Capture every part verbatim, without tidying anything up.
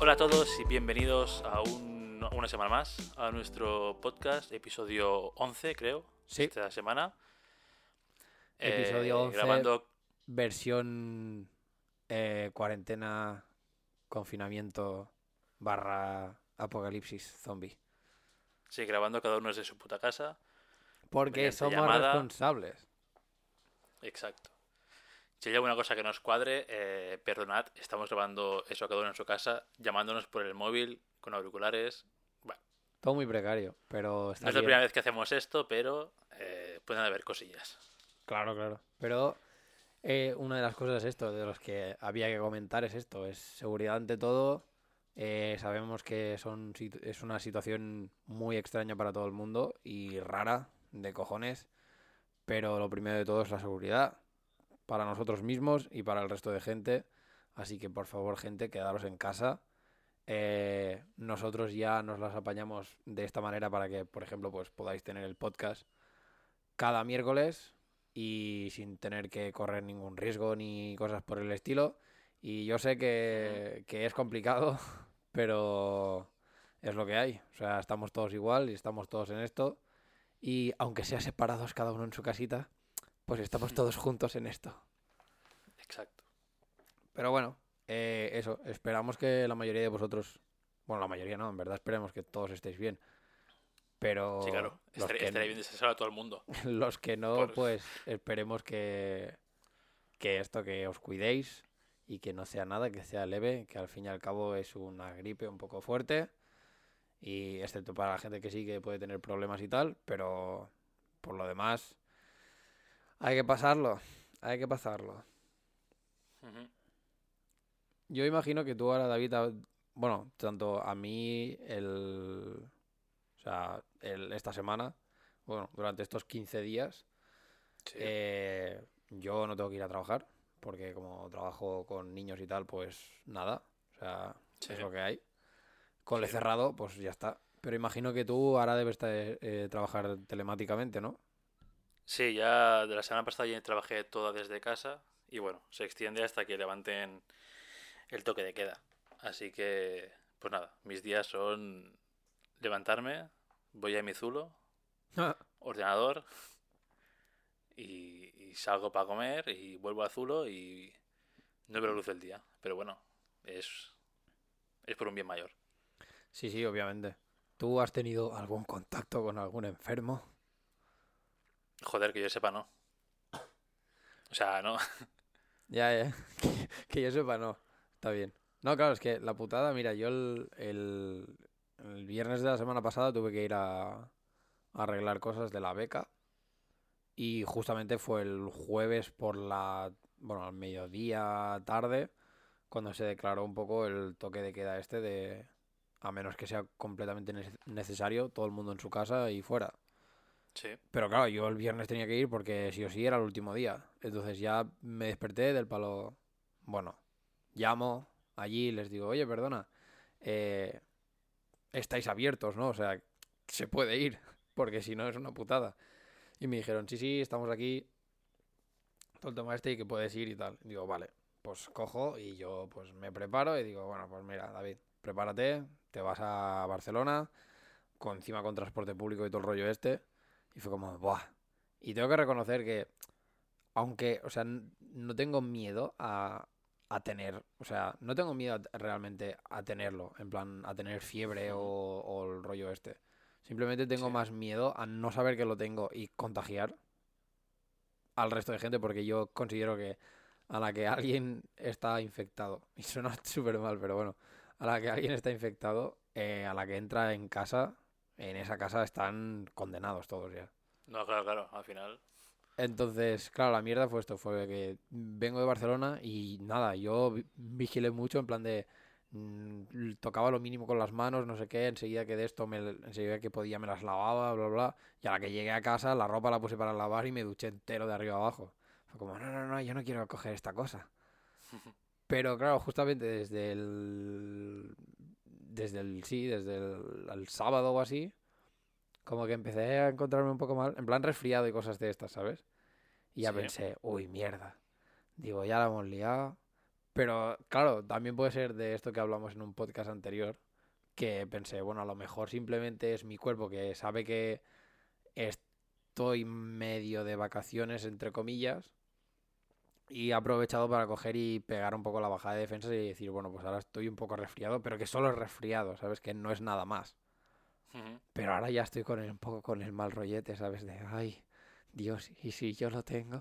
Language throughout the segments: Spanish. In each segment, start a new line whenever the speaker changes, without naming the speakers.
Hola a todos y bienvenidos a un- una semana más a nuestro podcast, episodio once creo,
Sí,
esta semana.
episodio
Eh,
once,
grabando,
versión eh, cuarentena, confinamiento, barra apocalipsis zombie.
sí, grabando cada uno desde su puta casa,
Porque
mediante
somos
llamada.
responsables.
Exacto. Si hay alguna cosa que nos cuadre, eh, perdonad, estamos grabando eso cada uno en su casa, llamándonos por el móvil, con auriculares. Bueno,
Todo muy precario, pero
no
está
es la primera
bien.
vez que hacemos esto, pero eh, pueden haber cosillas.
Claro, claro. Pero eh, una de las cosas es esto, de los que había que comentar es esto, es seguridad ante todo. Eh, sabemos que son, situ- es una situación muy extraña para todo el mundo y rara, de cojones, pero lo primero de todo es la seguridad para nosotros mismos y para el resto de gente. Así que por favor, gente, quedaros en casa. Eh, nosotros ya nos las apañamos de esta manera para que, por ejemplo, pues podáis tener el podcast cada miércoles y sin tener que correr ningún riesgo ni cosas por el estilo. Y yo sé
Ujú.
que, que es complicado, pero es lo que hay. O sea, estamos todos igual y estamos todos en esto. Y aunque sea separados cada uno en su casita, pues estamos todos juntos en esto.
Exacto.
Pero bueno, eh, eso, esperamos que la mayoría de vosotros, bueno, la mayoría no, en verdad esperemos que todos estéis bien,
Sí,
pero
claro,
los
estaría,
que,
estaría bien deseárselo a todo el mundo.
los que no,
Por...
pues esperemos que, que esto, que os cuidéis y que no sea nada, que sea leve, que al fin y al cabo es una gripe un poco fuerte y excepto para la gente que sí que puede tener problemas y tal, pero por lo demás hay que pasarlo, hay que pasarlo.
Ujú.
Yo imagino que tú ahora, David, a- bueno, tanto a mí el, o sea, el- esta semana, bueno, durante estos quince días,
Sí,
eh, yo no tengo que ir a trabajar, porque como trabajo con niños y tal, pues nada, o sea,
sí,
es lo que hay. Cole
sí.
cerrado, pues ya está. Pero imagino que tú ahora debes eh, eh, trabajar telemáticamente, ¿no?
Sí, ya de la semana pasada ya trabajé toda desde casa y bueno, se extiende hasta que levanten el toque de queda. Así que, pues nada, mis días son levantarme, voy a mi zulo, ordenador y, y salgo para comer y vuelvo a zulo y no veo la luz del día. Pero bueno, es, es por un bien mayor.
Sí, sí, obviamente. ¿Tú has tenido algún contacto con algún enfermo?
Joder, que yo sepa, no. O sea, no.
Ya, ya. Que, que yo sepa, no. Está bien. No, claro, es que la putada, mira, yo el, el, el viernes de la semana pasada tuve que ir a, a arreglar cosas de la beca y justamente fue el jueves por la, bueno, al mediodía tarde cuando se declaró un poco el toque de queda este de, a menos que sea completamente nece- necesario, todo el mundo en su casa y fuera.
Sí,
Pero claro, yo el viernes tenía que ir porque sí o sí era el último día. Entonces ya me desperté del palo. Bueno, llamo allí y les digo, oye, perdona, eh, estáis abiertos, ¿no? O sea, se puede ir, porque si no es una putada. Y me dijeron, sí, sí, estamos aquí, todo el tema este y que puedes ir y tal. Y digo, vale, pues cojo y yo pues me preparo y digo, bueno, pues mira, David, prepárate, te vas a Barcelona, con encima con transporte público y todo el rollo este. Y fue como, ¡buah! Y tengo que reconocer que aunque, o sea, n- no tengo miedo a, a tener, o sea, no tengo miedo a- realmente a tenerlo, en plan, a tener fiebre o,
ujú,
o el rollo este. Simplemente tengo
sí,
más miedo a no saber que lo tengo y contagiar al resto de gente porque yo considero que a la que alguien está infectado, y suena súper mal, pero bueno, a la que alguien está infectado, eh, a la que entra en casa, en esa casa están condenados todos ya.
no, claro, claro, al final.
Entonces, claro, la mierda fue esto, fue que vengo de Barcelona y nada, yo vi- vigilé mucho en plan de mm, tocaba lo mínimo con las manos, no sé qué, enseguida que de esto me, enseguida que podía me las lavaba, bla, bla, y a la que llegué a casa la ropa la puse para lavar y me duché entero de arriba abajo. Fue como, no, no, no, yo no quiero coger esta cosa. Pero claro, justamente desde el desde el sí, desde el, el sábado o así, como que empecé a encontrarme un poco mal, en plan resfriado y cosas de estas, ¿sabes? Y ya
Sí,
pensé, uy, mierda. Digo, ya la hemos liado. Pero, claro, también puede ser de esto que hablamos en un podcast anterior, que pensé, bueno, a lo mejor simplemente es mi cuerpo que sabe que estoy medio de vacaciones, entre comillas, y he aprovechado para coger y pegar un poco la bajada de defensas y decir, bueno, pues ahora estoy un poco resfriado, pero que solo es resfriado, ¿sabes? Que no es nada más.
Ujú.
Pero ahora ya estoy con el, un poco con el mal rollete, ¿sabes? De, ay, Dios, ¿y si yo lo tengo?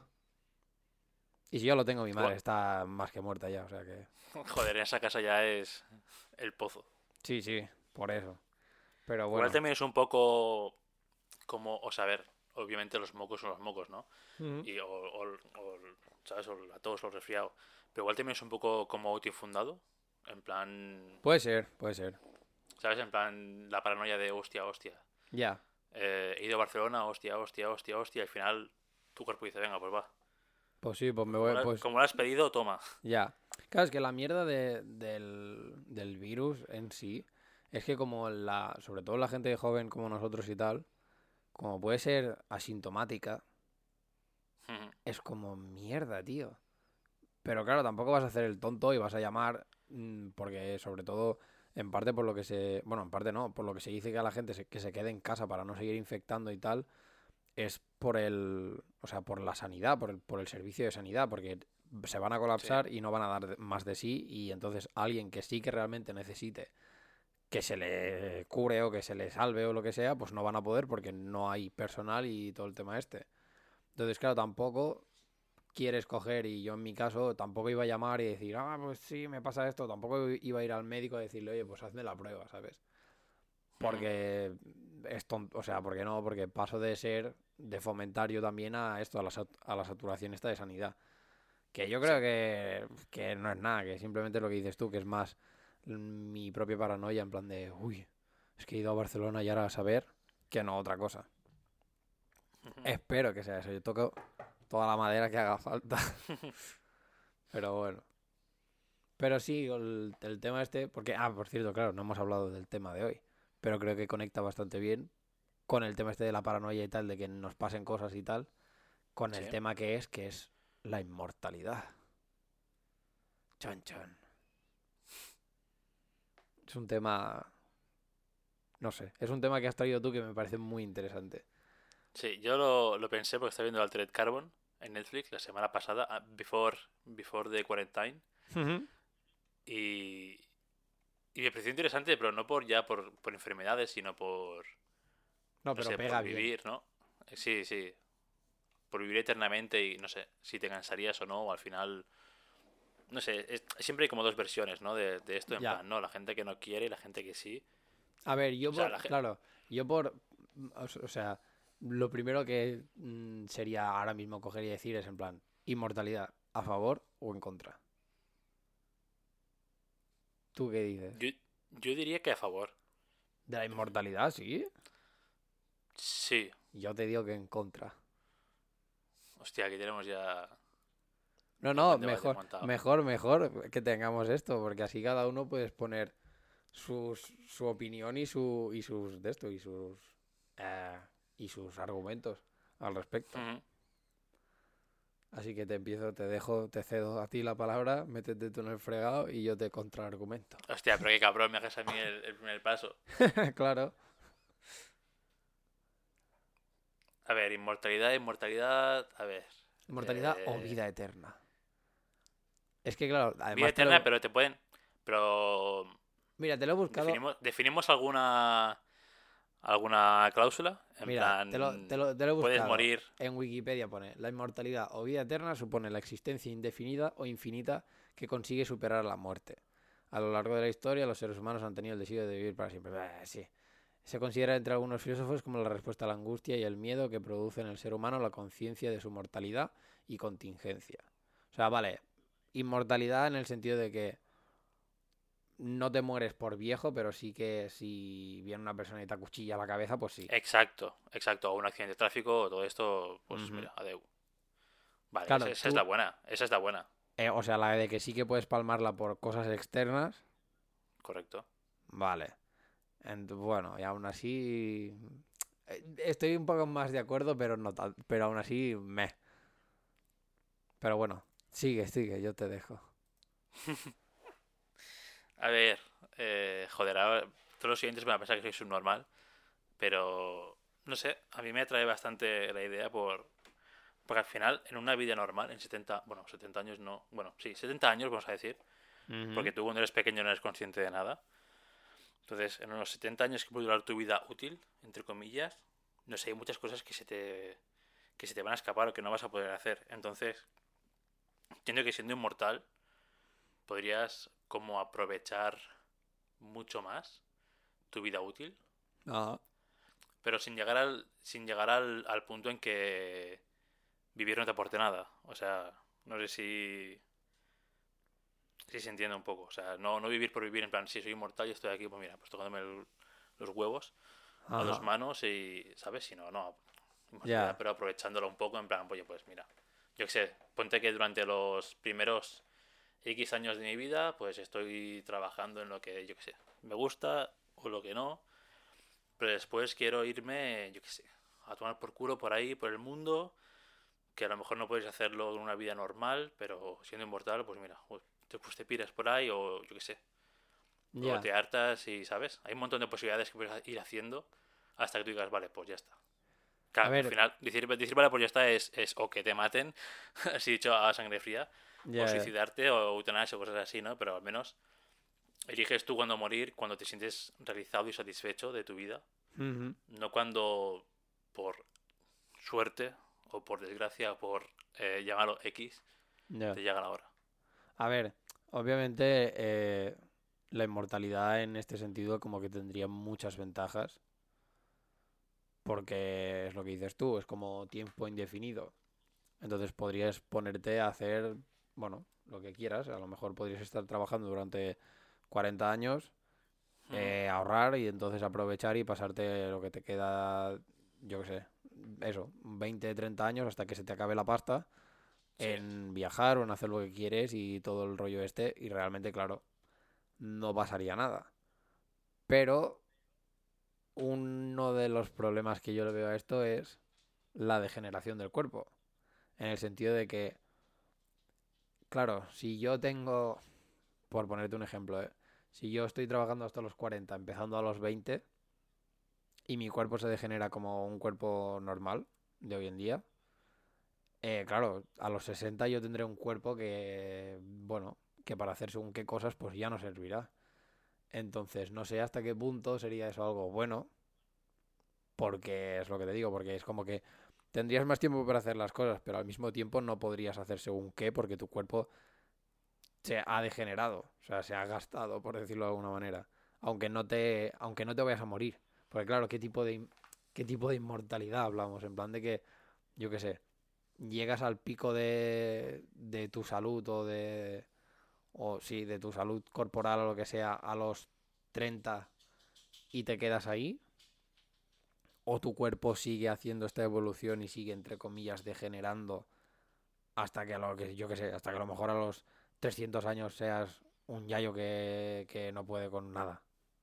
Y si yo lo tengo, mi madre
Igual-
está más que muerta ya, o sea que...
Joder, en esa casa ya es el pozo.
Sí, sí, por eso. Pero
Igual
bueno.
también es un poco como, o saber, obviamente los mocos son los mocos, ¿no?
Ujú.
Y o, o- o, ¿sabes? O la tos o el resfriado. Pero igual también es un poco como autoinfundado. En plan,
Puede ser, puede ser.
¿sabes? En plan, la paranoia de hostia, hostia.
Ya.
Eh, he ido a Barcelona, hostia, hostia, hostia, hostia. Y al final tu cuerpo dice, venga, pues va.
Pues sí, pues me
Como
voy,
lo,
pues
como lo has pedido, toma.
ya. Claro, es que la mierda de- del, del virus en sí es que como la, sobre todo la gente joven como nosotros y tal, como puede ser asintomática,
Ujú.
es como mierda, tío. Pero claro, tampoco vas a hacer el tonto y vas a llamar, mm, porque sobre todo, en parte por lo que se, bueno, en parte no, por lo que se dice que a la gente se- que se quede en casa para no seguir infectando y tal, es por el, o sea, por la sanidad, por el, por el servicio de sanidad, porque se van a
Sí.
colapsar y no van a dar de- más de sí y entonces alguien que sí que realmente necesite que se le cure o que se le salve o lo que sea, pues no van a poder porque no hay personal y todo el tema este. Entonces, claro, tampoco quieres coger y yo en mi caso tampoco iba a llamar y decir, ah, pues sí, me pasa esto, tampoco iba a ir al médico a decirle, oye, pues hazme la prueba, ¿sabes?
Ujú.
Porque es tonto, o sea, porque no, porque paso de ser, de fomentar yo también a esto, a la, sat- a la saturación esta de sanidad. Que yo
Sí.
creo que, que no es nada, que simplemente lo que dices tú, que es más mi propia paranoia, en plan de, uy, es que he ido a Barcelona y ahora a saber que no otra cosa.
Ujú.
Espero que sea eso, yo toco toda la madera que haga falta, pero bueno. Pero sí, el, el tema este, porque, ah, por cierto, claro, no hemos hablado del tema de hoy, pero creo que conecta bastante bien con el tema este de la paranoia y tal, de que nos pasen cosas y tal, con
Sí.
el tema que es, que es la inmortalidad. Chan, chan. Es un tema, no sé, es un tema que has traído tú que me parece muy interesante.
Sí, yo lo, lo pensé porque estaba viendo Altered Carbon en Netflix la semana pasada, ah, Before, Before the Quarantine,
Ujú.
y, y me pareció interesante, pero no por ya por, por enfermedades, sino por,
No,
no
pero
sé,
pega
por
bien.
vivir, ¿no? Eh, Sí, sí, por vivir eternamente y no sé si te cansarías o no, o al final, no sé, es- siempre hay como dos versiones, ¿no? De, de esto, en
Ya.
plan, ¿no? La gente que no quiere y la gente que sí.
A ver, yo
O sea,
por,
la gente...
claro, yo por, o s- o sea, lo primero que mm, sería ahora mismo coger y decir es en plan, inmortalidad, ¿a favor o en contra? ¿Tú qué dices?
Yo, yo diría que a favor.
¿De la inmortalidad, sí?
Sí.
Yo te digo que en contra.
Hostia, aquí tenemos ya
No,
un
no,
buen debate
mejor,
montado.
mejor, mejor que tengamos esto, porque así cada uno puede exponer sus, su opinión y su y sus de esto y sus eh, y sus argumentos al respecto.
Ujú.
Así que te empiezo, te dejo, te cedo a ti la palabra, métete tú en el fregado y yo te contraargumento.
Hostia, pero qué cabrón, me haces a mí el, el primer paso.
Claro.
A ver, inmortalidad, inmortalidad. A ver.
Inmortalidad o
eh,
vida eterna. Es que claro,
vida
además te
eterna,
lo...
pero te pueden. Pero.
Mira, te lo he buscado.
¿Definimos, definimos alguna. alguna cláusula? En
Mira, te lo, te
plan.
lo, te lo he
Puedes
buscado.
morir.
En Wikipedia pone, la inmortalidad o vida eterna supone la existencia indefinida o infinita que consigue superar la muerte. A lo largo de la historia, los seres humanos han tenido el deseo de vivir para siempre. Bah, sí. Se considera entre algunos filósofos como la respuesta a la angustia y el miedo que produce en el ser humano la conciencia de su mortalidad y contingencia. O sea, vale, inmortalidad en el sentido de que no te mueres por viejo, pero sí que si viene una persona y te acuchilla la cabeza, pues sí.
Exacto, exacto. O un accidente de tráfico, o todo esto. Pues
Ujú.
mira, adeu. Vale, esa,
Claro,
esa es la
tú,
buena. Esa es la buena.
eh, o sea, la de que sí que puedes palmarla por cosas externas,
Correcto.
vale. Ent- bueno, y aún así eh, estoy un poco más de acuerdo, pero no tan- pero aún así me. Pero bueno, sigue, sigue, yo te dejo.
A ver, eh, joder, ahora todos los siguientes van a pensar que soy subnormal, pero no sé, a mí me atrae bastante la idea por porque al final en una vida normal, en setenta, bueno, setenta años no, bueno, sí, setenta años vamos a decir,
Ujú.
porque tú cuando eres pequeño no eres consciente de nada. Entonces, en unos setenta años que puede durar tu vida útil, entre comillas, no sé, hay muchas cosas que se te que se te van a escapar o que no vas a poder hacer. Entonces, entiendo que siendo inmortal podrías como aprovechar mucho más tu vida útil,
Ah,
pero sin llegar al sin llegar al, al punto en que vivir no te aporte nada. O sea, no sé si si se entiende un poco. O sea, no, no vivir por vivir en plan, si soy inmortal y estoy aquí, pues mira, pues tocándome el- los huevos a dos
ajá.
manos y, ¿sabes? Si no, no, inmortalidad,
Ya.
pero aprovechándolo un poco en plan, oye, pues mira, yo qué sé, ponte que durante los primeros X años de mi vida, pues estoy trabajando en lo que, yo qué sé, me gusta o lo que no, pero después quiero irme, yo qué sé, a tomar por culo por ahí, por el mundo, que a lo mejor no puedes hacerlo en una vida normal, pero siendo inmortal, pues mira, pues te, pues te piras por ahí o yo qué sé, o
Ya.
te hartas y, ¿sabes? Hay un montón de posibilidades que puedes ir haciendo hasta que tú digas, vale, pues ya está.
A
Claro, al
ver,
final, decir, decir vale, pues ya está es, es o que te maten, así dicho a sangre fría, o
ya.
suicidarte o eutanasia o cosas así, ¿no? Pero al menos eliges tú cuando morir, cuando te sientes realizado y satisfecho de tu vida,
Ujú.
no cuando por suerte o por desgracia o por eh, llamarlo X
Ya.
te llega la hora.
A ver, obviamente eh, la inmortalidad en este sentido como que tendría muchas ventajas, porque es lo que dices tú, es como tiempo indefinido. Entonces podrías ponerte a hacer, bueno, lo que quieras. A lo mejor podrías estar trabajando durante cuarenta años,
Ujú.
eh, ahorrar y entonces aprovechar y pasarte lo que te queda, yo qué sé, eso, veinte, treinta años hasta que se te acabe la pasta
Sí,
en viajar o en hacer lo que quieres y todo el rollo este. Y realmente, claro, no pasaría nada. Pero uno de los problemas que yo le veo a esto es la degeneración del cuerpo. En el sentido de que, claro, si yo tengo, por ponerte un ejemplo, ¿eh? Si yo estoy trabajando hasta los cuarenta, empezando a los veinte, y mi cuerpo se degenera como un cuerpo normal de hoy en día, eh, claro, a los sesenta yo tendré un cuerpo que, bueno, que para hacer según qué cosas, pues ya no servirá. Entonces, no sé hasta qué punto sería eso algo bueno, porque es lo que te digo, porque es como que tendrías más tiempo para hacer las cosas, pero al mismo tiempo no podrías hacer según qué, porque tu cuerpo se ha degenerado, o sea, se ha gastado, por decirlo de alguna manera, aunque no te, aunque no te vayas a morir. Porque claro, ¿qué tipo de, qué tipo de inmortalidad hablamos? En plan de que, yo qué sé, llegas al pico de, de tu salud o de, o sí, de tu salud corporal o lo que sea a los treinta y te quedas ahí, o tu cuerpo sigue haciendo esta evolución y sigue, entre comillas, degenerando hasta que a lo que, yo qué sé, hasta que a lo mejor a los trescientos años seas un yayo que, que no puede con nada.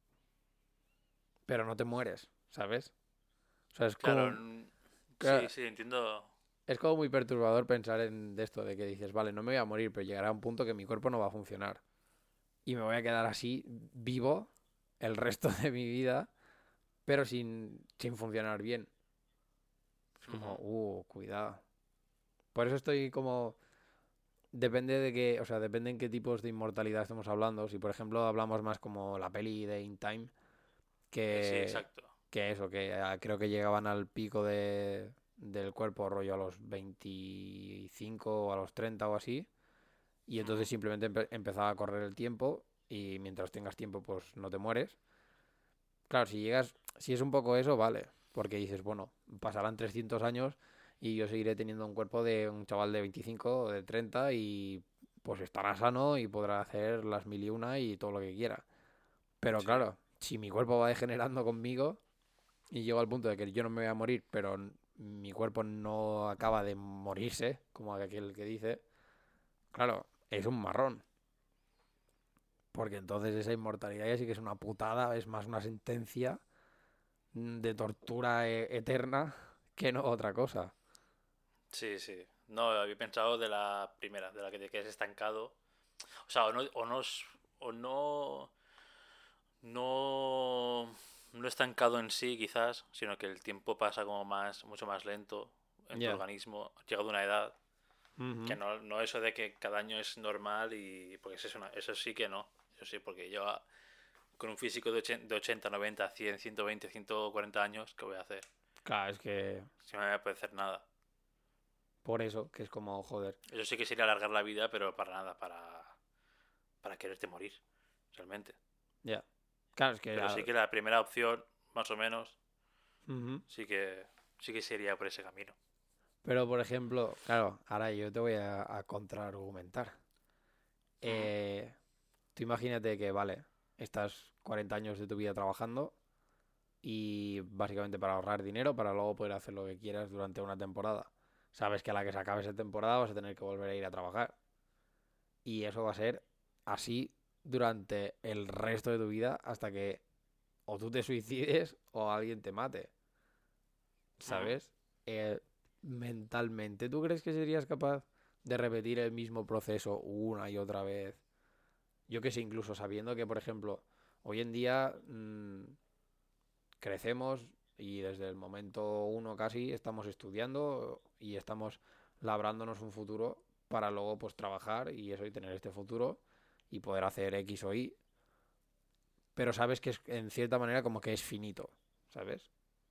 Pero no te mueres, ¿sabes? O sea, es
claro,
como,
n- sí,
claro,
sí, entiendo.
es como muy perturbador pensar en esto de que dices, vale, no me voy a morir, pero llegará un punto que mi cuerpo no va a funcionar. Y me voy a quedar así, vivo, el resto de mi vida, pero sin, sin funcionar bien. Es como,
Ujú.
uh, cuidado. Por eso estoy como. Depende de qué, o sea, depende en qué tipos de inmortalidad estemos hablando. Si, por ejemplo, hablamos más como la peli de In Time,
Eh, sí,
que,
exacto.
que eso, que ah, creo que llegaban al pico de, del cuerpo rollo a los veinticinco o a los treinta o así, y entonces
Ujú.
simplemente empe- empezaba a correr el tiempo y mientras tengas tiempo pues no te mueres. Claro, si llegas, si es un poco eso, vale, porque dices, bueno, pasarán trescientos años y yo seguiré teniendo un cuerpo de un chaval de veinticinco o de treinta y pues estará sano y podrá hacer las mil y una y todo lo que quiera. Pero
Sí,
claro, si mi cuerpo va degenerando conmigo y llego al punto de que yo no me voy a morir, pero n- mi cuerpo no acaba de morirse, como aquel que dice, claro, es un marrón. Porque entonces esa inmortalidad ya sí que es una putada, es más una sentencia mm, de tortura e- eterna que no otra cosa.
sí, sí. No, había pensado de la primera, de la que te quedes estancado O sea, o no, o no, es- o no, no, no estancado en sí, quizás, sino que el tiempo pasa como más, mucho más lento en tu
Ya.
organismo, llegado a una edad, que
Ujú.
no, no eso de que cada año es normal y porque eso, es una- eso sí que no. Eso sí, porque yo ah, con un físico de ochenta, de ochenta, noventa, cien, ciento veinte, ciento cuarenta años, ¿qué voy a hacer?
Claro, es que
Si no me voy a poder hacer nada.
por eso, que es como, joder,
Eso sí que sería alargar la vida, pero para nada, para, para quererte morir, realmente.
ya. Claro, es que...
Pero sí
ah,
que la primera opción, más o menos,
ujú.
sí que sí que sería por ese camino.
Pero, por ejemplo, claro, ahora yo te voy a, a contraargumentar.
Ujú.
Eh, Tú imagínate que, vale, estás cuarenta años de tu vida trabajando y básicamente para ahorrar dinero, para luego poder hacer lo que quieras durante una temporada. Sabes que a la que se acabe esa temporada vas a tener que volver a ir a trabajar. Y eso va a ser así durante el resto de tu vida hasta que o tú te suicides o alguien te mate.
Ujú.
¿Sabes? Eh, Mentalmente, ¿tú crees que serías capaz de repetir el mismo proceso una y otra vez? Yo que sé, incluso sabiendo que, por ejemplo, hoy en día mmm, crecemos y desde el momento uno casi estamos estudiando y estamos labrándonos un futuro para luego pues trabajar y eso y tener este futuro y poder hacer X o Y, pero sabes que es en cierta manera como que es finito, ¿sabes?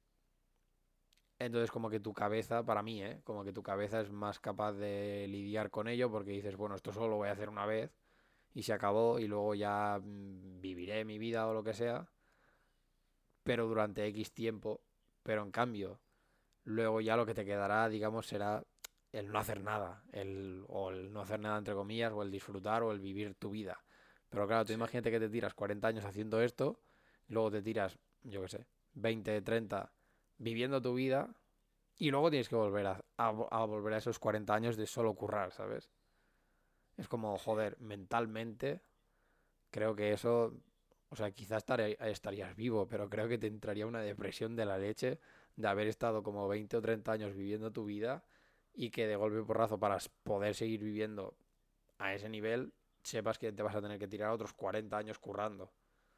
Entonces como que tu cabeza, para mí, ¿eh? Como que tu cabeza es más capaz de lidiar con ello porque dices, bueno, esto solo lo voy a hacer una vez y se acabó y luego ya mm, viviré mi vida o lo que sea, pero durante X tiempo. Pero en cambio, luego ya lo que te quedará, digamos, será el no hacer nada, el, o el no hacer nada entre comillas, o el disfrutar o el vivir tu vida. Pero claro, tú
Sí.
imagínate que te tiras cuarenta años haciendo esto, y luego te tiras, yo qué sé, veinte, treinta viviendo tu vida, y luego tienes que volver a, a, a volver a esos cuarenta años de solo currar, ¿sabes? Es como,
Sí.
joder, mentalmente, creo que eso, o sea, quizás estaré- estarías vivo, pero creo que te entraría una depresión de la leche de haber estado como veinte o treinta años viviendo tu vida y que de golpe y porrazo para s- poder seguir viviendo a ese nivel, sepas que te vas a tener que tirar otros cuarenta años currando.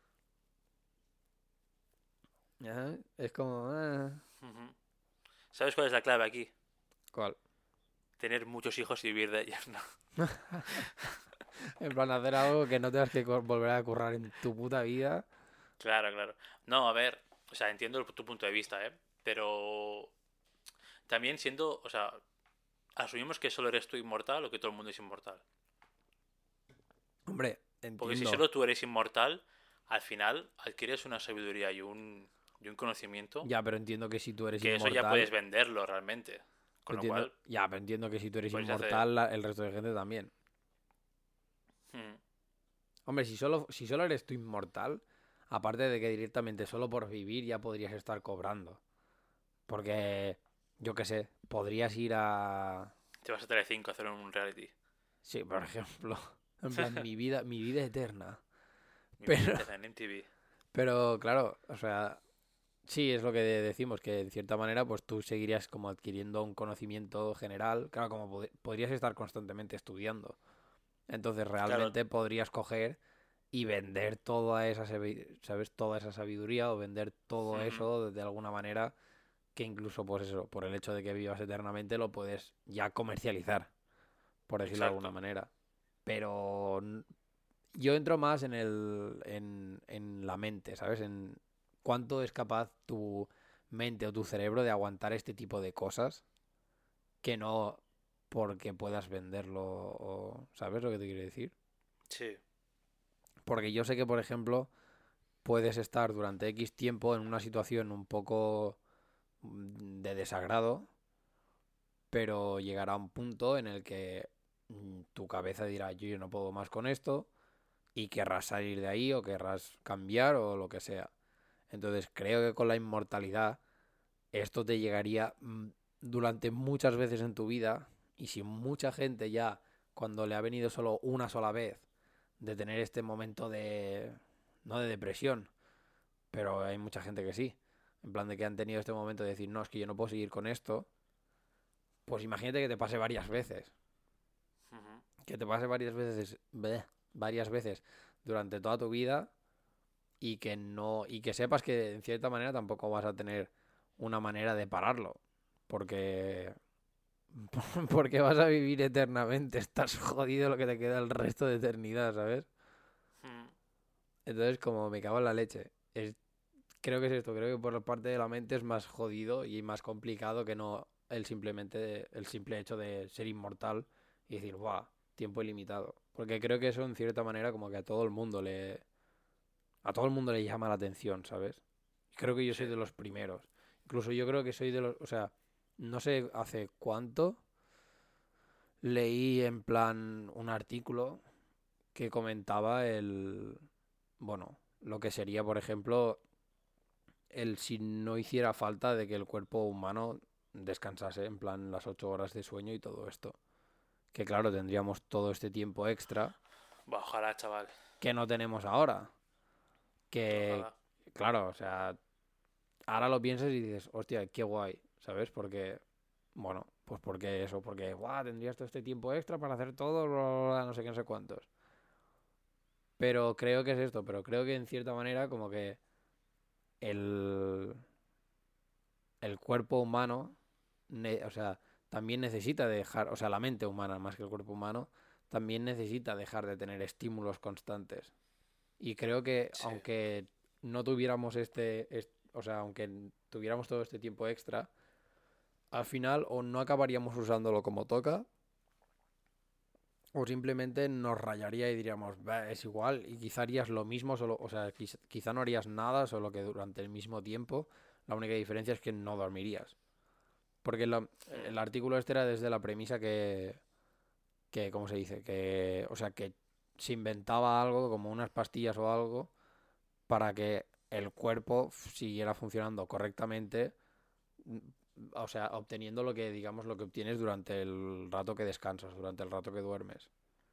Ajá, es como... ah,
Ujú. ¿Sabes cuál es la clave aquí?
¿cuál?
Tener muchos hijos y vivir de ellos, ¿no?
En plan, hacer algo que no tengas que co- volver a currar en tu puta vida.
Claro, claro. No, a ver, o sea, entiendo el- tu punto de vista, ¿eh? Pero también siendo, o sea, asumimos que solo eres tú inmortal o que todo el mundo es inmortal.
Hombre,
Porque si
entiendo.
solo tú eres inmortal, al final adquieres una sabiduría y un, y un conocimiento
Ya, pero entiendo que si tú eres
que eso ya
inmortal...
puedes venderlo realmente.
Pero
Con lo
entiendo...
cual,
Ya, pero entiendo que si tú eres
puedes hacer...
inmortal, la- el resto de gente también.
Mm.
Hombre, si solo, si solo eres tú inmortal, aparte de que directamente solo por vivir ya podrías estar cobrando. Porque, yo qué sé, podrías ir a...
Te vas a Telecinco a hacer un reality.
Sí, por ejemplo, en plan, mi vida, mi vida eterna.
Mi vida
Pero,
eterna en M T V.
pero, claro, o sea, sí, es lo que decimos, que en cierta manera, pues tú seguirías como adquiriendo un conocimiento general. Claro, como pod- podrías estar constantemente estudiando. Entonces,
Claro.
realmente podrías coger y vender toda esa, sabi- ¿sabes? Toda esa sabiduría o vender todo
Ujú.
eso de alguna manera que incluso, pues eso, por el hecho de que vivas eternamente, lo puedes ya comercializar, por decirlo de alguna
Exacto.
manera. Pero n- yo entro más en el, en, en la mente, ¿sabes? En cuánto es capaz tu mente o tu cerebro de aguantar este tipo de cosas que no porque puedas venderlo o, ¿sabes lo que te quiero decir?
Sí.
Porque yo sé que, por ejemplo, puedes estar durante X tiempo en una situación un poco mm, de desagrado, pero llegará un punto en el que mm, tu cabeza dirá, yo, yo no puedo más con esto, y querrás salir de ahí o querrás cambiar o lo que sea. Entonces creo que con la inmortalidad esto te llegaría mm, durante muchas veces en tu vida, y si mucha gente ya, cuando le ha venido solo una sola vez, de tener este momento de, no de depresión, pero hay mucha gente que sí. En plan de que han tenido este momento de decir, no, es que yo no puedo seguir con esto. Pues imagínate que te pase varias veces.
Ujú.
Que te pase varias veces. Bleh. varias veces durante toda tu vida y que no, y que sepas que en cierta manera tampoco vas a tener una manera de pararlo. Porque, porque vas a vivir eternamente. Estás jodido lo que te queda el resto de eternidad, ¿sabes?
Mm,
Entonces, como me cago en la leche. Es, creo que es esto. Creo que por la parte de la mente es más jodido y más complicado que no el simplemente el simple hecho de ser inmortal y decir, ¡buah! Tiempo ilimitado. Porque creo que eso en cierta manera como que a todo el mundo le a todo el mundo le llama la atención, ¿sabes? Creo que yo
sí.
soy de los primeros. Incluso yo creo que soy de los, o sea, no sé hace cuánto leí en plan un artículo que comentaba el, bueno, lo que sería, por ejemplo, el si no hiciera falta de que el cuerpo humano descansase, en plan las ocho horas de sueño y todo esto. Que claro, tendríamos todo este tiempo extra
Bah, ojalá, chaval.
que no tenemos ahora. Que,
Ojalá.
claro, o sea, ahora lo piensas y dices, hostia, qué guay, ¿sabes? Porque, bueno, pues porque eso, porque, guau, tendrías todo este tiempo extra para hacer todo, bla, bla, bla, no sé qué, no sé cuántos. Pero creo que es esto, pero creo que en cierta manera como que el, el cuerpo humano, ne- o sea, también necesita dejar, o sea, la mente humana más que el cuerpo humano, también necesita dejar de tener estímulos constantes. Y creo que
Sí.
aunque no tuviéramos este, est- o sea, aunque tuviéramos todo este tiempo extra, al final o no acabaríamos usándolo como toca, o simplemente nos rayaría y diríamos, "Bah, es igual", y quizá harías lo mismo, solo, o sea, quiz- quizá no harías nada, solo que durante el mismo tiempo, la única diferencia es que no dormirías. Porque la-
Mm,
el artículo este era desde la premisa que, que, ¿cómo se dice? Que, o sea, que se inventaba algo, como unas pastillas o algo, para que el cuerpo siguiera funcionando correctamente, mm, o sea, obteniendo lo que, digamos, lo que obtienes durante el rato que descansas, durante el rato que duermes.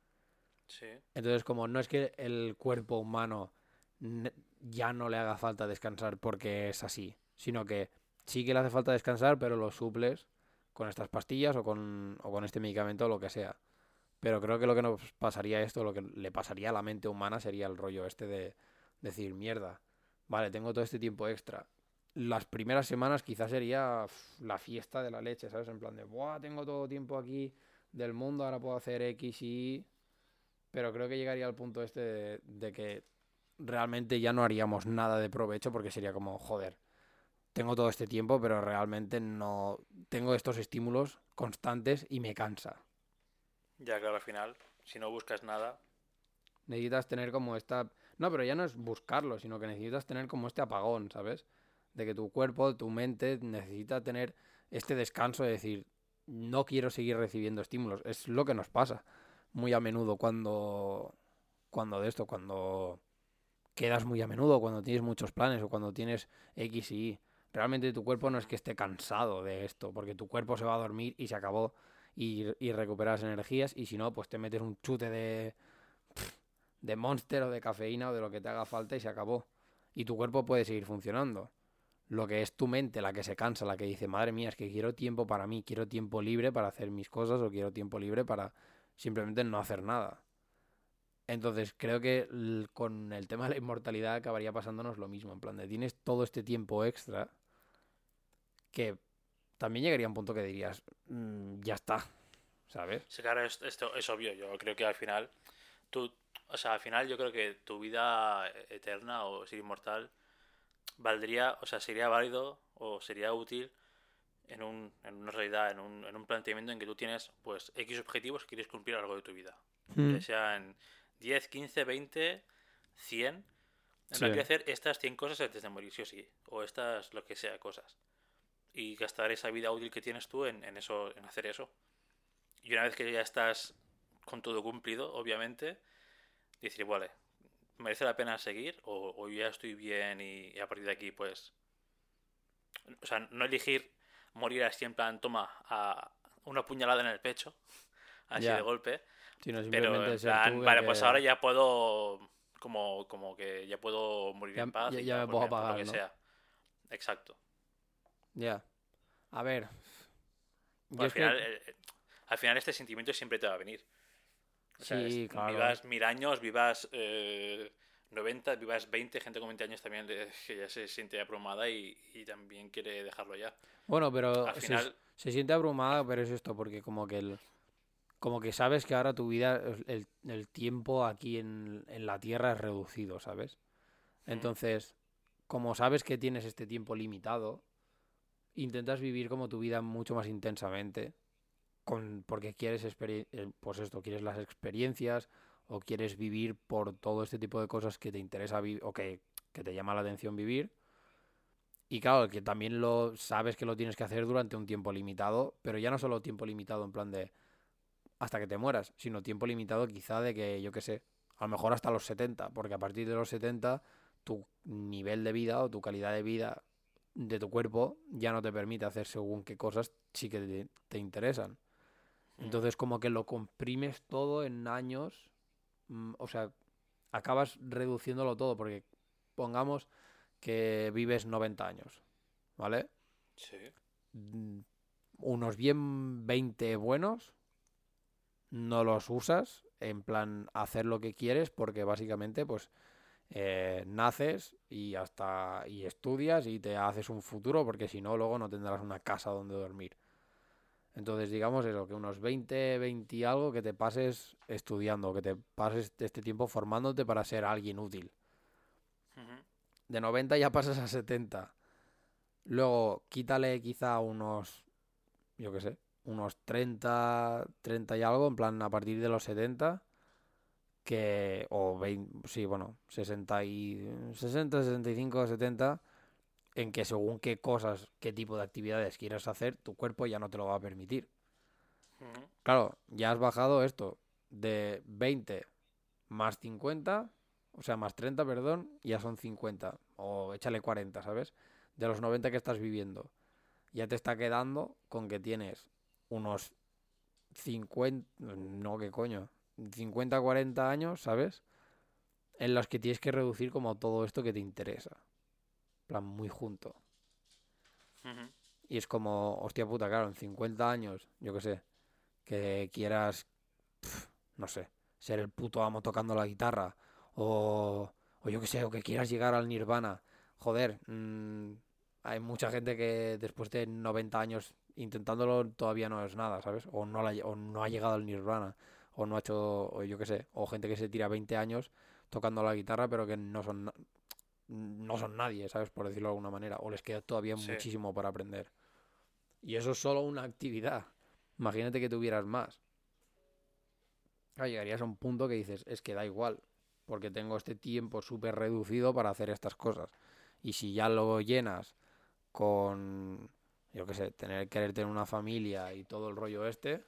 sí.
Entonces, como no es que el cuerpo humano ne- ya no le haga falta descansar porque es así, sino que sí que le hace falta descansar, pero lo suples con estas pastillas o con, o con este medicamento o lo que sea. Pero creo que lo que nos pasaría esto, lo que le pasaría a la mente humana sería el rollo este de decir, mierda, vale, tengo todo este tiempo extra. Las primeras semanas quizás sería uf, la fiesta de la leche, ¿sabes? En plan de, buah, tengo todo tiempo aquí del mundo, ahora puedo hacer X y Y. Pero creo que llegaría al punto este de, de que realmente ya no haríamos nada de provecho porque sería como, joder, tengo todo este tiempo, pero realmente no tengo estos estímulos constantes y me cansa.
Ya, claro, al final, si no buscas nada.
Necesitas tener como esta... No, pero ya no es buscarlo, sino que necesitas tener como este apagón, ¿sabes? De que tu cuerpo, tu mente necesita tener este descanso de decir, no quiero seguir recibiendo estímulos. Es lo que nos pasa muy a menudo cuando... Cuando de esto, cuando quedas muy a menudo, cuando tienes muchos planes o cuando tienes X y Y. Realmente tu cuerpo no es
Mm,
que esté cansado de esto, porque tu cuerpo se va a dormir y se acabó y, y recuperas energías y si no, pues te metes un chute de, de Monster o de cafeína o de lo que te haga falta y se acabó. Y tu cuerpo puede seguir funcionando. Lo que es tu mente la que se cansa, la que dice, madre mía, es que quiero tiempo para mí, quiero tiempo libre para hacer mis cosas o quiero tiempo libre para simplemente no hacer nada. Entonces creo que l- con el tema de la inmortalidad acabaría pasándonos lo mismo. En plan, de tienes todo este tiempo extra que también llegaría a un punto que dirías, "Mm, ya está", ¿sabes?
sí, claro, es- esto es obvio. Yo creo que al final, tú, o sea, al final yo creo que tu vida eterna o ser inmortal valdría, o sea, sería válido o sería útil en, un, en una realidad, en un, en un planteamiento en que tú tienes, pues, X objetivos que quieres cumplir a lo largo de tu vida. Ya
Mm.
sean diez quince veinte cien. En
Sí,
plan, quiero hacer estas cien cosas antes de morir, sí o sí. O estas, lo que sea, cosas. Y gastar esa vida útil que tienes tú en, en eso, en hacer eso. Y una vez que ya estás con todo cumplido, obviamente, decir, vale, ¿merece la pena seguir? O, o ya estoy bien y, y a partir de aquí, pues. O sea, no elegir morir así en plan, toma, a una puñalada en el pecho, así de
ya.
golpe.
Sino
Pero
simplemente
en
ser tú
plan,
el
vale, pues ahora
que
ya puedo. Como, como que ya puedo morir
ya,
en paz
ya,
y
ya
tal,
me
por,
puedo
por lo
apagar,
que
¿no?
sea. Exacto.
Ya. A ver,
Pues
yo
al
es que
final, eh, al final este sentimiento siempre te va a venir. O sea, es-
Sí, claro.
vivas mil años, vivas eh, noventa, vivas veinte, gente con veinte años también eh, que ya se siente abrumada y, y también quiere dejarlo ya.
Bueno, pero
Al
se,
final,
se siente
al
abrumada, pero es esto, porque como que el, como que sabes que ahora tu vida, el, el tiempo aquí en, en la Tierra es reducido, ¿sabes?
mm,
Entonces, como sabes que tienes este tiempo limitado, intentas vivir como tu vida mucho más intensamente, con, porque quieres, experi- eh, pues esto, quieres las experiencias o quieres vivir por todo este tipo de cosas que te interesa vivir o que, que te llama la atención vivir. Y claro, que también lo sabes que lo tienes que hacer durante un tiempo limitado, pero ya no solo tiempo limitado en plan de hasta que te mueras, sino tiempo limitado quizá de que, yo qué sé, a lo mejor hasta los setenta, porque a partir de los setenta tu nivel de vida o tu calidad de vida de tu cuerpo ya no te permite hacer según qué cosas sí que te, te interesan.
mm,
Entonces como que lo comprimes todo en años, mm, o sea, acabas reduciéndolo todo, porque pongamos que vives noventa años, ¿vale?
sí.
Mm, Unos bien veinte buenos no los usas en plan hacer lo que quieres porque básicamente pues eh, naces y hasta y estudias y te haces un futuro porque si no luego no tendrás una casa donde dormir. Entonces digamos eso, que unos veinte veinte y algo que te pases estudiando, que te pases este tiempo formándote para ser alguien útil.
Ujú,
De noventa ya pasas a setenta. Luego quítale quizá unos, yo qué sé, unos treinta treinta y algo, en plan a partir de los setenta que, o veinte, sí, bueno, sesenta y, sesenta, sesenta y cinco, setenta, en que según qué cosas, qué tipo de actividades quieras hacer, tu cuerpo ya no te lo va a permitir.
ujú,
Claro, ya has bajado esto de veinte más cincuenta, o sea, más treinta, perdón, ya son cincuenta, o échale cuarenta, ¿sabes? De los noventa que estás viviendo. Ya te está quedando con que tienes unos cincuenta, no, qué coño, cincuenta, cuarenta años, ¿sabes? En los que tienes que reducir como todo esto que te interesa. En plan, muy junto.
ujú.
Y es como, hostia puta, claro, en cincuenta años, yo qué sé, que quieras, no sé, ser el puto amo tocando la guitarra, o, o yo qué sé, o que quieras llegar al nirvana. Joder, mmm, hay mucha gente que después de noventa años intentándolo todavía no es nada, ¿sabes? O no, la- o no ha llegado al nirvana, o no ha hecho, o yo qué sé, o gente que se tira veinte años tocando la guitarra, pero que no son no son nadie, ¿sabes? Por decirlo de alguna manera. O les queda todavía
Sí.
muchísimo para aprender. Y eso es solo una actividad. Imagínate que tuvieras más. Claro, llegarías a un punto que dices, es que da igual, porque tengo este tiempo súper reducido para hacer estas cosas. Y si ya lo llenas con, yo qué sé, tener querer tener una familia y todo el rollo este,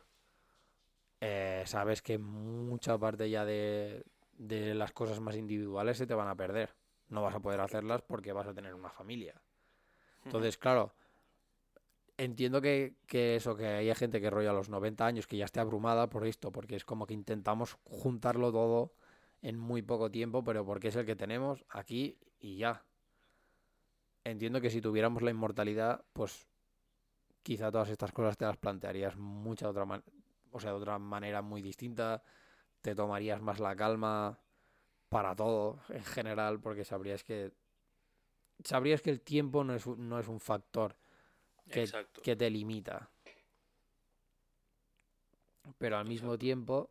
eh, sabes que mucha parte ya de, de las cosas más individuales se te van a perder. No vas a poder hacerlas porque vas a tener una familia.
Ujú,
Entonces, claro, entiendo que, que eso, que haya gente que rolla a los noventa años que ya esté abrumada por esto, porque es como que intentamos juntarlo todo en muy poco tiempo, pero porque es el que tenemos aquí y ya. Entiendo que si tuviéramos la inmortalidad, pues quizá todas estas cosas te las plantearías mucha otra man- o sea, de otra manera muy distinta, te tomarías más la calma para todo en general, porque sabrías que sabrías que el tiempo no es un, no es un factor que,
exacto,
que te limita, pero al mismo
exacto.
tiempo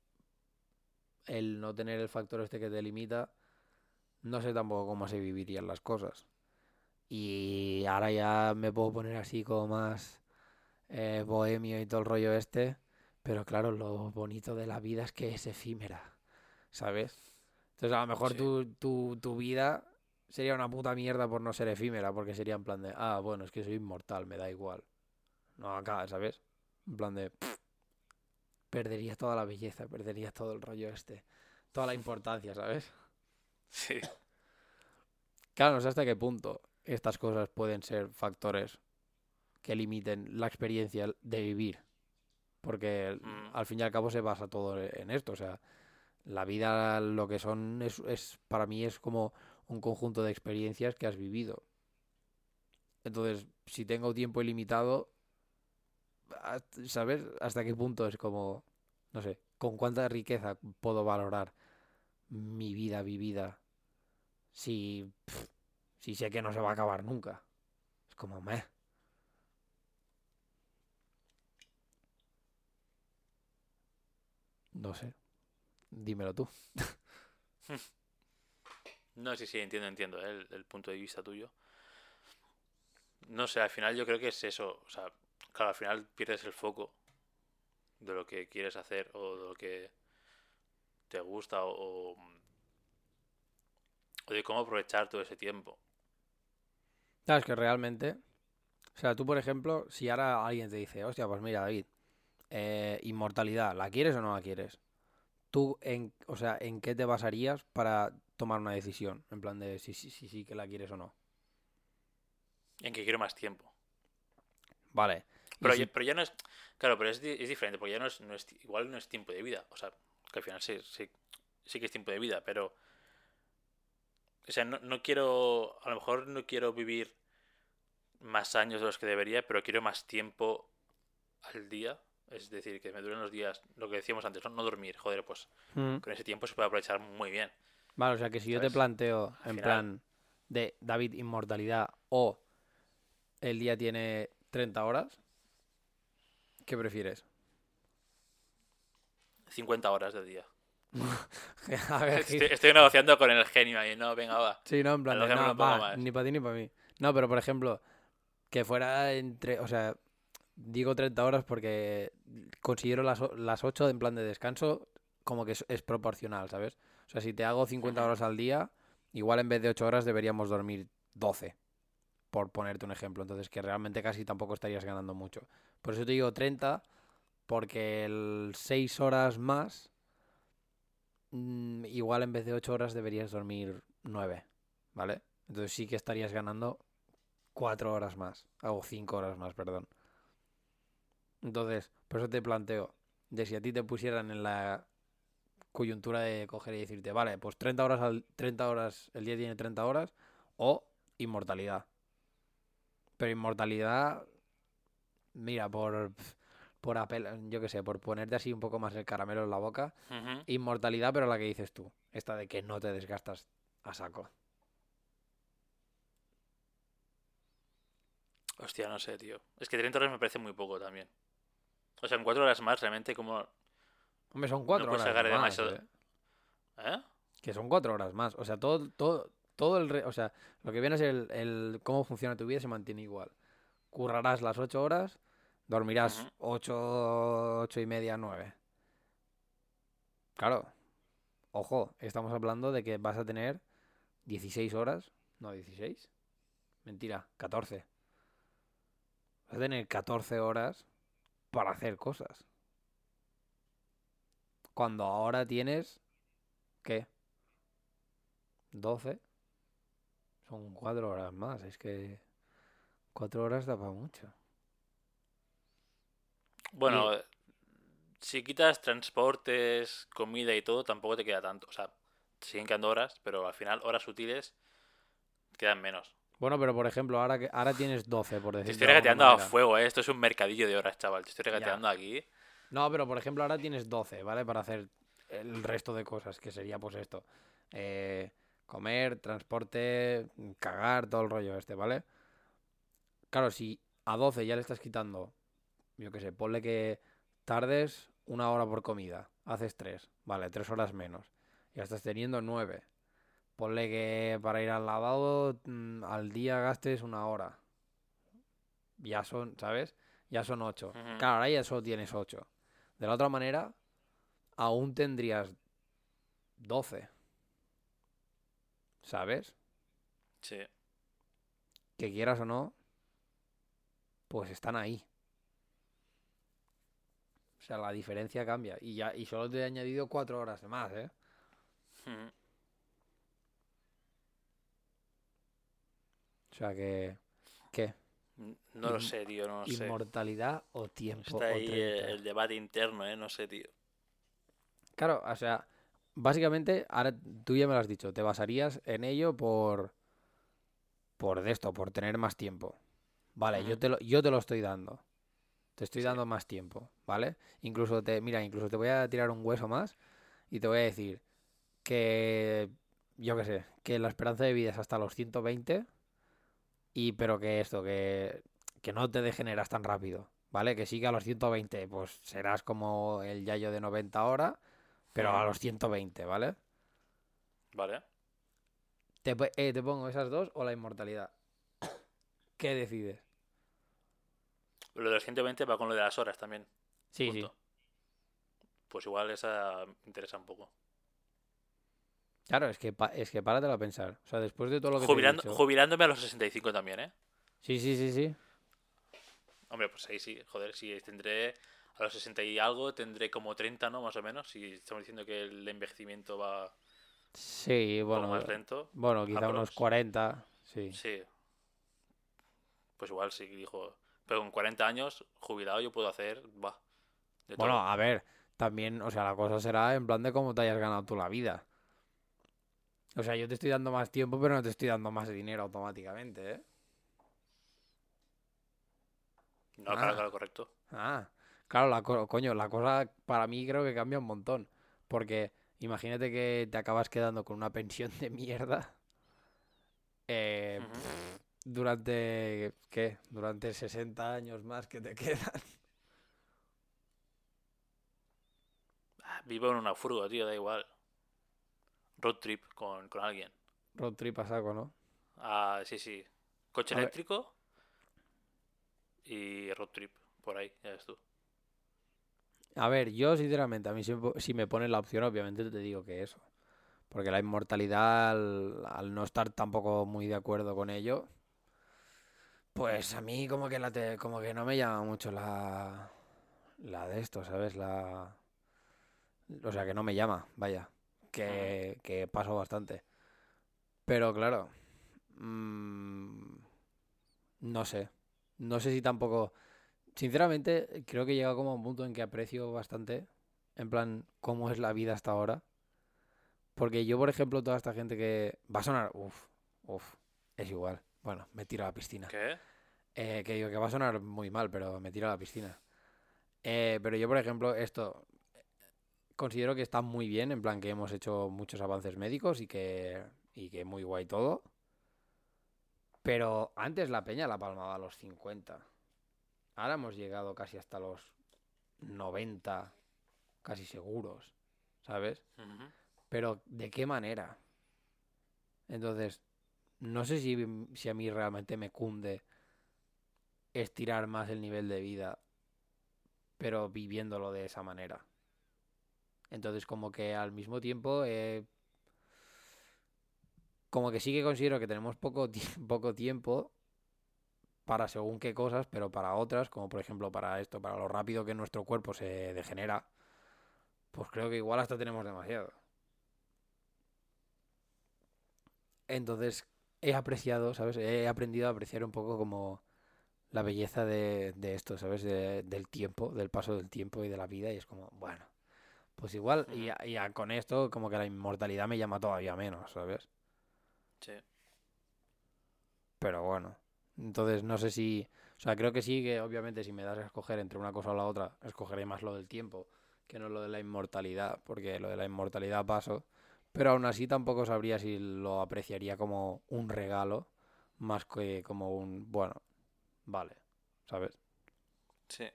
el no tener el factor este que te limita, no sé tampoco cómo se vivirían las cosas. Y ahora ya me puedo poner así como más eh, bohemio y todo el rollo este, pero claro, lo bonito de la vida es que es efímera, ¿sabes? Entonces a lo mejor
Sí.
tu, tu, tu vida sería una puta mierda por no ser efímera, porque sería en plan de, ah, bueno, es que soy inmortal, me da igual. No, acá, ¿sabes? En plan de, pff, perderías toda la belleza, perderías todo el rollo este, toda la importancia, ¿sabes?
Sí,
Claro, no sé hasta qué punto estas cosas pueden ser factores que limiten la experiencia de vivir, porque
mm,
al fin y al cabo se basa todo en esto, o sea, la vida lo que son es, es para mí es como un conjunto de experiencias que has vivido. Entonces, si tengo tiempo ilimitado, ¿sabes? ¿Hasta qué punto es como, no sé, ¿con cuánta riqueza puedo valorar mi vida vivida si, pff, si sé que no se va a acabar nunca? Es como, meh. No sé, dímelo tú.
No, sí, sí, entiendo, entiendo, ¿eh? el, el punto de vista tuyo. No sé, al final yo creo que es eso. O sea, claro, al final pierdes el foco de lo que quieres hacer o de lo que te gusta o, o o de cómo aprovechar todo ese tiempo.
Sabes que realmente, o sea, tú por ejemplo, si ahora alguien te dice, hostia, pues mira, David, eh, inmortalidad, ¿la quieres o no la quieres? Tú, en, o sea, ¿en qué te basarías para tomar una decisión? En plan de si sí si, si, si, que la quieres o no.
En que quiero más tiempo.
Vale. Y
Pero ya,
si,
pero ya no es. Claro, pero es, di- es diferente, porque ya no es, no es. Igual no es tiempo de vida. O sea, que al final sí, sí, sí que es tiempo de vida, pero. O sea, no, no quiero. A lo mejor no quiero vivir más años de los que debería, pero quiero más tiempo al día. Es decir, que me duren los días. Lo que decíamos antes, no, no dormir. Joder, pues
mm,
con ese tiempo se puede aprovechar muy bien.
vale, o sea, que si yo te
¿Sabes?
planteo
Al
en
final,
plan de David, inmortalidad o el día tiene treinta horas, ¿qué prefieres?
cincuenta horas de día.
A ver,
Estoy,
Gil.
estoy negociando con el genio ahí. No, venga, va.
Sí, no, en plan de,
Alárgamelo
no,
un poco
va,
más.
ni para ti ni para mí. No, pero por ejemplo, que fuera entre, o sea, digo treinta horas porque considero las, o- las ocho en plan de descanso como que es, es proporcional, ¿sabes? O sea, si te hago cincuenta
Ujú.
horas al día, igual en vez de ocho horas deberíamos dormir doce, por ponerte un ejemplo. Entonces, que realmente casi tampoco estarías ganando mucho. Por eso te digo treinta, porque el seis horas más, mm, igual en vez de ocho horas deberías dormir nueve, ¿vale? Entonces sí que estarías ganando cuatro horas más, o cinco horas más, perdón. Entonces, por eso te planteo, de si a ti te pusieran en la coyuntura de coger y decirte, vale, pues treinta horas, al, treinta horas, el día tiene treinta horas, o inmortalidad. Pero inmortalidad, mira, por, por apel, yo qué sé, por ponerte así un poco más el caramelo en la boca,
Ujú.
inmortalidad, pero la que dices tú, esta de que no te desgastas a saco.
Hostia, no sé, tío. Es que treinta horas me parece muy poco también. O sea, en cuatro horas más, realmente, como
Hombre, son
no
cuatro
puedes
horas
sacar
más,
demasiado.
¿eh?
¿Eh?
Que son cuatro horas más. O sea, todo, todo, todo el... Re- o sea, lo que viene es el, el cómo funciona tu vida se mantiene igual. Currarás las ocho horas, dormirás
Ujú.
ocho, ocho y media, nueve. Claro, ojo, estamos hablando de que vas a tener dieciséis horas. No, dieciséis. Mentira, catorce. Vas a tener catorce horas para hacer cosas. Cuando ahora tienes, ¿qué? Doce. Son cuatro horas más. Es que cuatro horas da para mucho. Y
Bueno, si quitas transportes, comida y todo, tampoco te queda tanto. O sea, te siguen quedando horas, pero al final, horas útiles quedan menos.
bueno, pero por ejemplo, ahora que ahora tienes doce, por
Te
decirte
estoy
de alguna
regateando a
manera.
fuego, ¿eh? Esto es un mercadillo de horas, chaval. Te estoy
Ya.
regateando aquí.
No, pero por ejemplo, ahora tienes doce, ¿vale? Para hacer el resto de cosas, que sería pues esto. Eh, comer, transporte, cagar, todo el rollo este, ¿vale? Claro, si a doce ya le estás quitando, yo qué sé, ponle que tardes una hora por comida, haces tres, vale, tres horas menos. Ya estás teniendo nueve. Ponle que para ir al lavado mm, al día gastes una hora. Ya son, ¿sabes? Ya son ocho.
Ujú.
Claro, ahora ya solo tienes ocho. De la otra manera, aún tendrías doce, ¿sabes?
Sí.
Que quieras o no, pues están ahí. O sea, la diferencia cambia. Y ya, y solo te he añadido cuatro horas de más, ¿eh?
Ujú.
O sea que, ¿qué?
No lo
Inm-
sé, tío, no lo sé.
¿Inmortalidad o tiempo
Está
o
ahí
treinta?
eh, el debate interno, ¿eh? No sé, tío.
Claro, o sea, básicamente, ahora tú ya me lo has dicho, te basarías en ello por, por de esto, por tener más tiempo. Vale, yo
Ujú.
te lo, yo te lo estoy dando. Te estoy
Sí.
dando más tiempo, ¿vale? Incluso te, mira, incluso te voy a tirar un hueso más y te voy a decir que, yo qué sé, que la esperanza de vida es hasta los ciento veinte y pero que esto, que, que no te degeneras tan rápido, ¿vale? Que sí que a los ciento veinte pues serás como el yayo de noventa ahora, pero a
Ujú.
los ciento veinte, ¿vale?
Vale.
Te, po- eh, te pongo esas dos o la inmortalidad. ¿Qué decides?
Lo de los ciento veinte va con lo de las horas también,
Sí, sí.
junto. Pues igual esa me interesa un poco.
Claro, es que, pa- es que páratelo a pensar. O sea, después de todo lo que te he
Jubilando,
dicho.
jubilándome a los sesenta y cinco también, ¿eh?
Sí, sí, sí, sí.
Hombre, pues ahí sí, joder, sí, tendré a los sesenta y algo, tendré como treinta, ¿no? Más o menos. Si estamos diciendo que el envejecimiento va
Sí,
un poco
bueno.
más lento,
Bueno, quizá unos
aprox.
cuarenta. Sí.
Sí, pues igual sí, dijo. Pero con cuarenta años, jubilado, yo puedo hacer, va, de
Bueno,
todo.
a ver. También, o sea, la cosa será en plan de cómo te hayas ganado tú la vida. O sea, yo te estoy dando más tiempo, pero no te estoy dando más dinero automáticamente, ¿eh?
No, claro,
Ah,
claro, correcto.
ah. Claro, la co- coño, la cosa para mí creo que cambia un montón. Porque imagínate que te acabas quedando con una pensión de mierda. eh,
Ujú.
pff, durante, ¿qué? Durante sesenta años más que te quedan.
Ah, vivo en una furgo, tío, da igual. Road trip con, con alguien.
Road trip a saco, ¿no?
Ah, sí, sí. Coche
A ver,
eléctrico y road trip. Por ahí, ya ves tú.
a ver, yo sinceramente, a mí si me, po- si me ponen la opción, obviamente te digo que eso. Porque la inmortalidad, al, al no estar tampoco muy de acuerdo con ello, pues a mí como que la te- como que no me llama mucho la, la de esto, ¿sabes? La, o sea, que no me llama, vaya,
Ujú.
que, que paso bastante. Pero claro, mm, no sé, no sé si tampoco, sinceramente, creo que he llegado como a un punto en que aprecio bastante, en plan, cómo es la vida hasta ahora. Porque yo, por ejemplo, toda esta gente que va a sonar, uff, uff, es igual. Bueno, me tiro a la piscina.
¿Qué?
Eh, que digo que va a sonar muy mal, pero me tiro a la piscina. Eh, pero yo, por ejemplo, esto considero que está muy bien, en plan que hemos hecho muchos avances médicos y que, y que muy guay todo. Pero antes la peña la palmaba a los cincuenta. Ahora hemos llegado casi hasta los noventa, casi seguros, ¿sabes?
Ujú.
Pero ¿de qué manera? Entonces, no sé si, si a mí realmente me cunde estirar más el nivel de vida, pero viviéndolo de esa manera. Entonces, como que al mismo tiempo, eh, como que sí que considero que tenemos poco, ti- poco tiempo para según qué cosas, pero para otras, como por ejemplo para esto, para lo rápido que nuestro cuerpo se degenera, pues creo que igual hasta tenemos demasiado. Entonces, he apreciado, ¿sabes? He aprendido a apreciar un poco como la belleza de, de esto, ¿sabes? De- del tiempo, del paso del tiempo y de la vida, y es como, bueno. Pues igual, y,
Ujú.
a- y a- con esto, como que la inmortalidad me llama todavía menos, ¿sabes?
Sí.
Pero bueno. Entonces, no sé si. O sea, creo que sí, que obviamente si me das a escoger entre una cosa o la otra, escogeré más lo del tiempo que no lo de la inmortalidad, porque lo de la inmortalidad paso. Pero aún así tampoco sabría si lo apreciaría como un regalo, más que como un. Bueno, vale, ¿sabes?
Sí.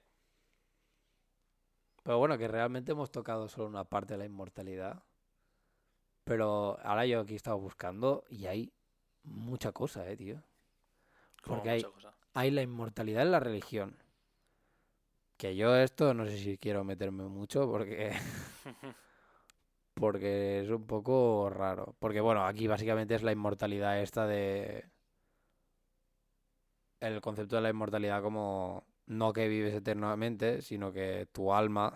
Pero bueno, que realmente hemos tocado solo una parte de la inmortalidad. Pero ahora yo aquí he estado buscando y hay mucha cosa, eh, tío.
Como
Porque
mucha
hay,
cosa.
hay la inmortalidad en la religión. Que yo esto no sé si quiero meterme mucho porque, porque es un poco raro. Porque bueno, aquí básicamente es la inmortalidad esta de... El concepto de la inmortalidad como no que vives eternamente, sino que tu alma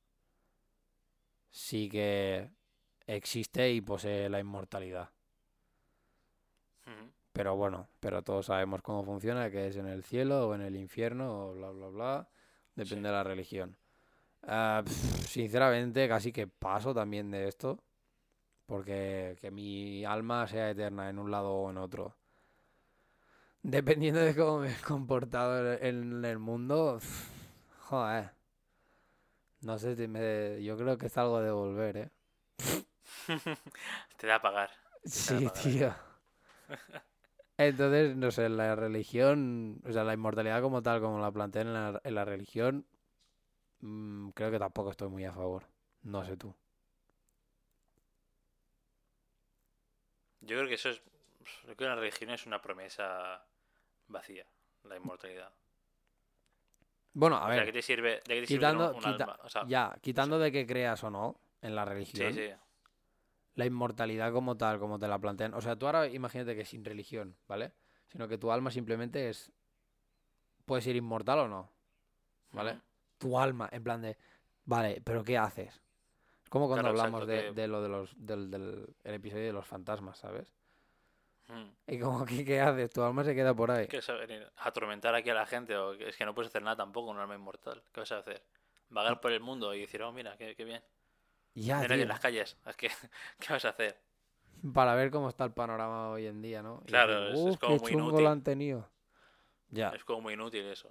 sí que existe y posee la inmortalidad.
Ujú.
Pero bueno, pero todos sabemos cómo funciona, que es en el cielo o en el infierno o bla, bla, bla.
Sí.
Depende de la religión. Ah, pf, sinceramente, casi que paso también de esto. Porque que mi alma sea eterna en un lado o en otro. Dependiendo de cómo me he comportado en el mundo, pf, Joder. No sé si me... Yo creo que es algo de volver, ¿eh?
Te da a pagar. Te da a
Sí,
pagar
tío.
aquí.
Entonces, no sé, la religión, o sea, la inmortalidad como tal, como la plantean en la, en la religión, mm, creo que tampoco estoy muy a favor. No sé tú.
Yo creo que eso es. Yo creo que la religión es una promesa vacía, la inmortalidad.
Bueno, a
O sea, ¿de qué
ver,
te sirve, de qué te sirve tener un,
quitando,
un
quita,
alma? O sea,
ya,
no sé.
quitando de que creas o no en la
Sí,
religión,
sí.
la inmortalidad como tal, como te la plantean, o sea, tú ahora imagínate que sin religión, ¿vale? Sino que tu alma simplemente es, puede ser inmortal o no, ¿vale?
Ujú.
Tu alma, en plan de, vale, pero ¿qué haces? Es como cuando
Claro,
hablamos
exacto.
de,
Que.
de lo de los, del, del el episodio de los fantasmas, ¿sabes?
mm,
Y como que, ¿qué haces? Tu alma se queda por ahí.
¿Qué vas a venir? ¿Atormentar aquí a la gente? O que- es que no puedes hacer nada tampoco con un alma inmortal. ¿Qué vas a hacer? Vagar por el mundo y decir, oh, mira, qué, qué bien.
Ya,
No hay nadie en las
tío.
calles. Es que, ¿qué vas a hacer?
Para ver cómo está el panorama hoy en día, ¿no? Y decir,
Claro, es, es
uff,
como
qué
muy
chungo lo
inútil.
han tenido. Ya.
Es como muy inútil eso.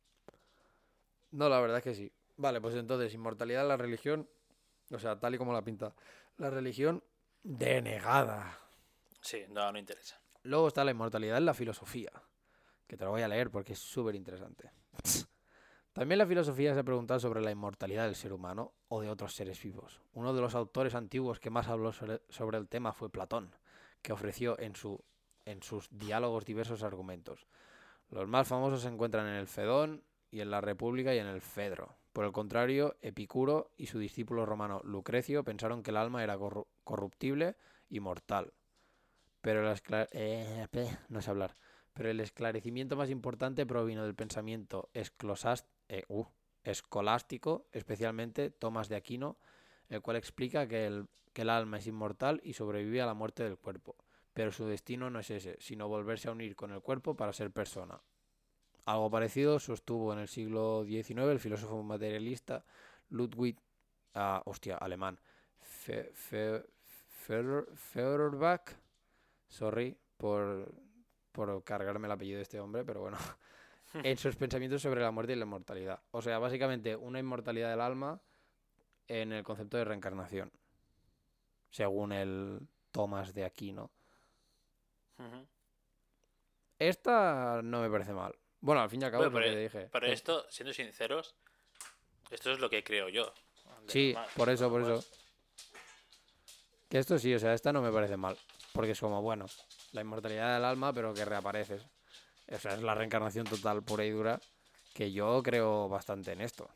No, la verdad es que sí. Vale, pues entonces, inmortalidad en la religión, o sea, tal y como la pinta. La religión denegada.
Sí, no, no interesa.
Luego está la inmortalidad en la filosofía, que te lo voy a leer porque es súper interesante. También la filosofía se ha preguntado sobre la inmortalidad del ser humano o de otros seres vivos. Uno de los autores antiguos que más habló sobre, sobre el tema fue Platón, que ofreció en, su, en sus diálogos diversos argumentos. Los más famosos se encuentran en el Fedón y en la República y en el Fedro. Por el contrario, Epicuro y su discípulo romano Lucrecio pensaron que el alma era corru- corruptible y mortal. Pero el, escla- eh, pe- no sé hablar. Pero el esclarecimiento más importante provino del pensamiento esclosast- eh, uh, escolástico, especialmente Tomás de Aquino, el cual explica que el, que el alma es inmortal y sobrevive a la muerte del cuerpo. Pero su destino no es ese, sino volverse a unir con el cuerpo para ser persona. Algo parecido sostuvo en el siglo diecinueve el filósofo materialista Ludwig, ah, hostia, alemán, Fe, Fe, Fer- Feuerbach. Sorry por, por cargarme el apellido de este hombre, pero bueno, en sus pensamientos sobre la muerte y la inmortalidad. O sea, básicamente una inmortalidad del alma en el concepto de reencarnación, según el Tomás de Aquino.
Ujú.
Esta no me parece mal. Bueno, al fin y al cabo
Bueno,
es lo que
pero,
te dije.
pero
Es,
esto, siendo sinceros, esto es lo que creo yo. De
sí,
normal.
por
Con
eso,
lo
por
cual.
eso. Que esto sí, o sea, esta no me parece mal. Porque es como, bueno, la inmortalidad del alma, pero que reapareces. O sea, es la reencarnación total, pura y dura. Que yo creo bastante en esto.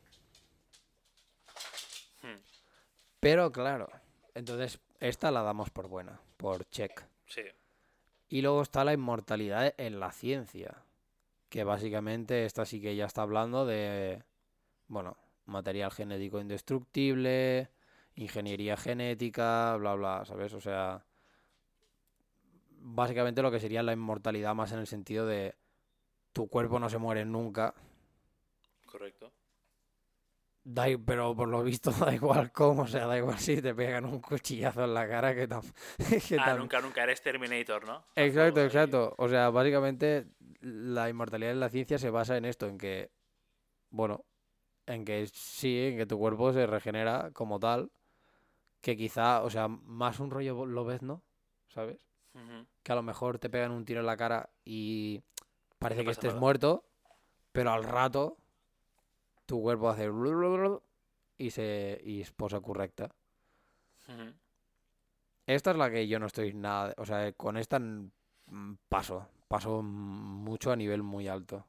hmm,
Pero claro, entonces esta la damos por buena, por check.
Sí.
Y luego está la inmortalidad en la ciencia. Que básicamente esta sí que ya está hablando de, bueno, material genético indestructible, ingeniería genética, bla, bla, ¿sabes? O sea, básicamente lo que sería la inmortalidad más en el sentido de tu cuerpo no se muere nunca.
Correcto.
Da, i- pero por lo visto da igual cómo, o sea, da igual si te pegan un cuchillazo en la cara que tam- que
Ah,
tam-
nunca, nunca. Eres Terminator, ¿no? A
Exacto,
full ahí.
exacto. O sea, básicamente la inmortalidad en la ciencia se basa en esto, en que, bueno, en que sí, en que tu cuerpo se regenera como tal, que quizá, o sea, más un rollo ¿no? ¿Sabes?
Ujú.
Que a lo mejor te pegan un tiro en la cara y
Y
parece
no
que
pasa
estés
nada.
muerto, pero al rato tu cuerpo hace y se y es posa correcta.
Ujú.
Esta es la que yo no estoy nada, o sea, con esta mm, paso, paso mucho a nivel muy alto.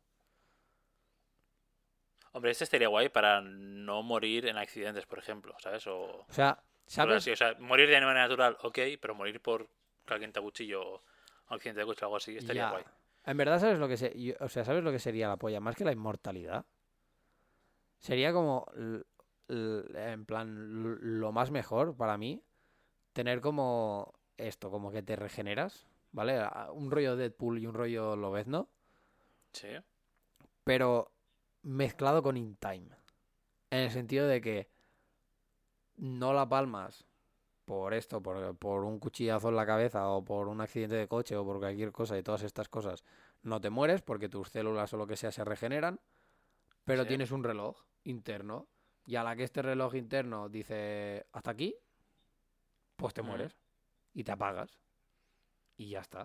Hombre, este estaría guay para no morir en accidentes, por ejemplo, ¿sabes? O
O sea,
cosas
¿sabes?
así. O sea, morir de manera natural, ok, pero morir por que alguien te acuchillo o un accidente de coche o algo así estaría
Ya.
guay.
En verdad, ¿sabes lo que se... yo- o sea, ¿sabes lo que sería la polla? Más que la inmortalidad. Sería como, l- l- en plan, l- lo más mejor para mí, tener como esto, como que te regeneras, ¿vale? A- Un rollo Deadpool y un rollo Lobezno,
Sí,
pero mezclado con In Time. En el sentido de que no la palmas por esto, por, por un cuchillazo en la cabeza o por un accidente de coche o por cualquier cosa y todas estas cosas. No te mueres porque tus células o lo que sea se regeneran, pero
sí.
tienes un reloj. interno. Y a la que este reloj interno dice hasta aquí, pues te
Mm.
mueres. Y te apagas. Y ya está.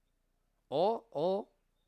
O, o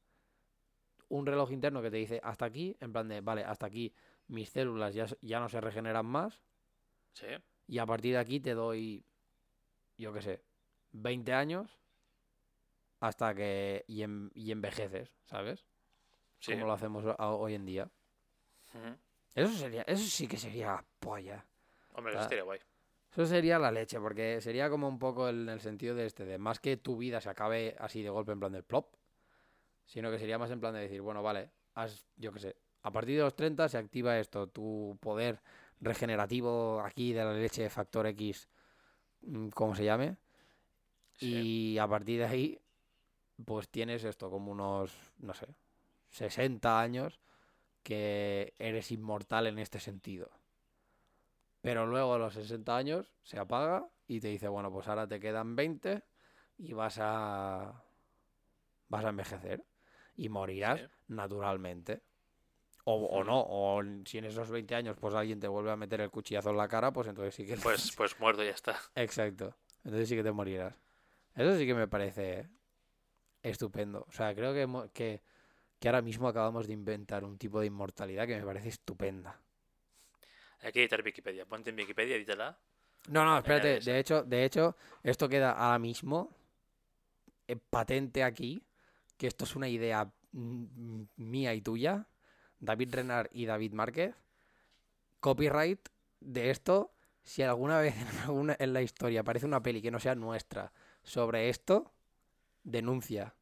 un reloj interno que te dice hasta aquí, en plan de, vale, hasta aquí mis células ya, ya no se regeneran más.
Sí.
Y a partir de aquí te doy, yo qué sé, veinte años hasta que... Y, en- y envejeces, ¿sabes?
Sí.
Como lo hacemos a- hoy en día.
Ujú.
Eso sería, eso sí que sería polla.
Hombre,
O
eso
sea,
estaría guay.
eso sería la leche, porque sería como un poco en el sentido de este, de más que tu vida se acabe así de golpe en plan del plop, sino que sería más en plan de decir, bueno, vale, has, yo qué sé, a partir de los treinta se activa esto, tu poder regenerativo aquí de la leche factor X, mm, como se llame,
Sí.
y a partir de ahí, pues tienes esto, como unos, no sé, sesenta años que eres inmortal en este sentido. Pero luego a los sesenta años se apaga y te dice, bueno, pues ahora te quedan veinte y vas a vas a envejecer y
Sí.
morirás naturalmente. O, o
Ujú.
no, o si en esos veinte años pues alguien te vuelve a meter el cuchillazo en la cara, pues entonces sí que...
Pues, pues muerto y ya está.
Exacto. Entonces sí que te morirás. Eso sí que me parece estupendo. O sea, creo que, hemo- que, que ahora mismo acabamos de inventar un tipo de inmortalidad que me parece estupenda.
Hay que editar Wikipedia. Ponte en Wikipedia, edítala.
No, no,
Y añade
espérate. De
esa.
hecho, de hecho, esto queda ahora mismo eh, patente aquí, que esto es una idea mm, mía y tuya, David Renard y David Márquez. Copyright de esto, si alguna vez en, alguna- en la historia aparece una peli que no sea nuestra sobre esto, denuncia.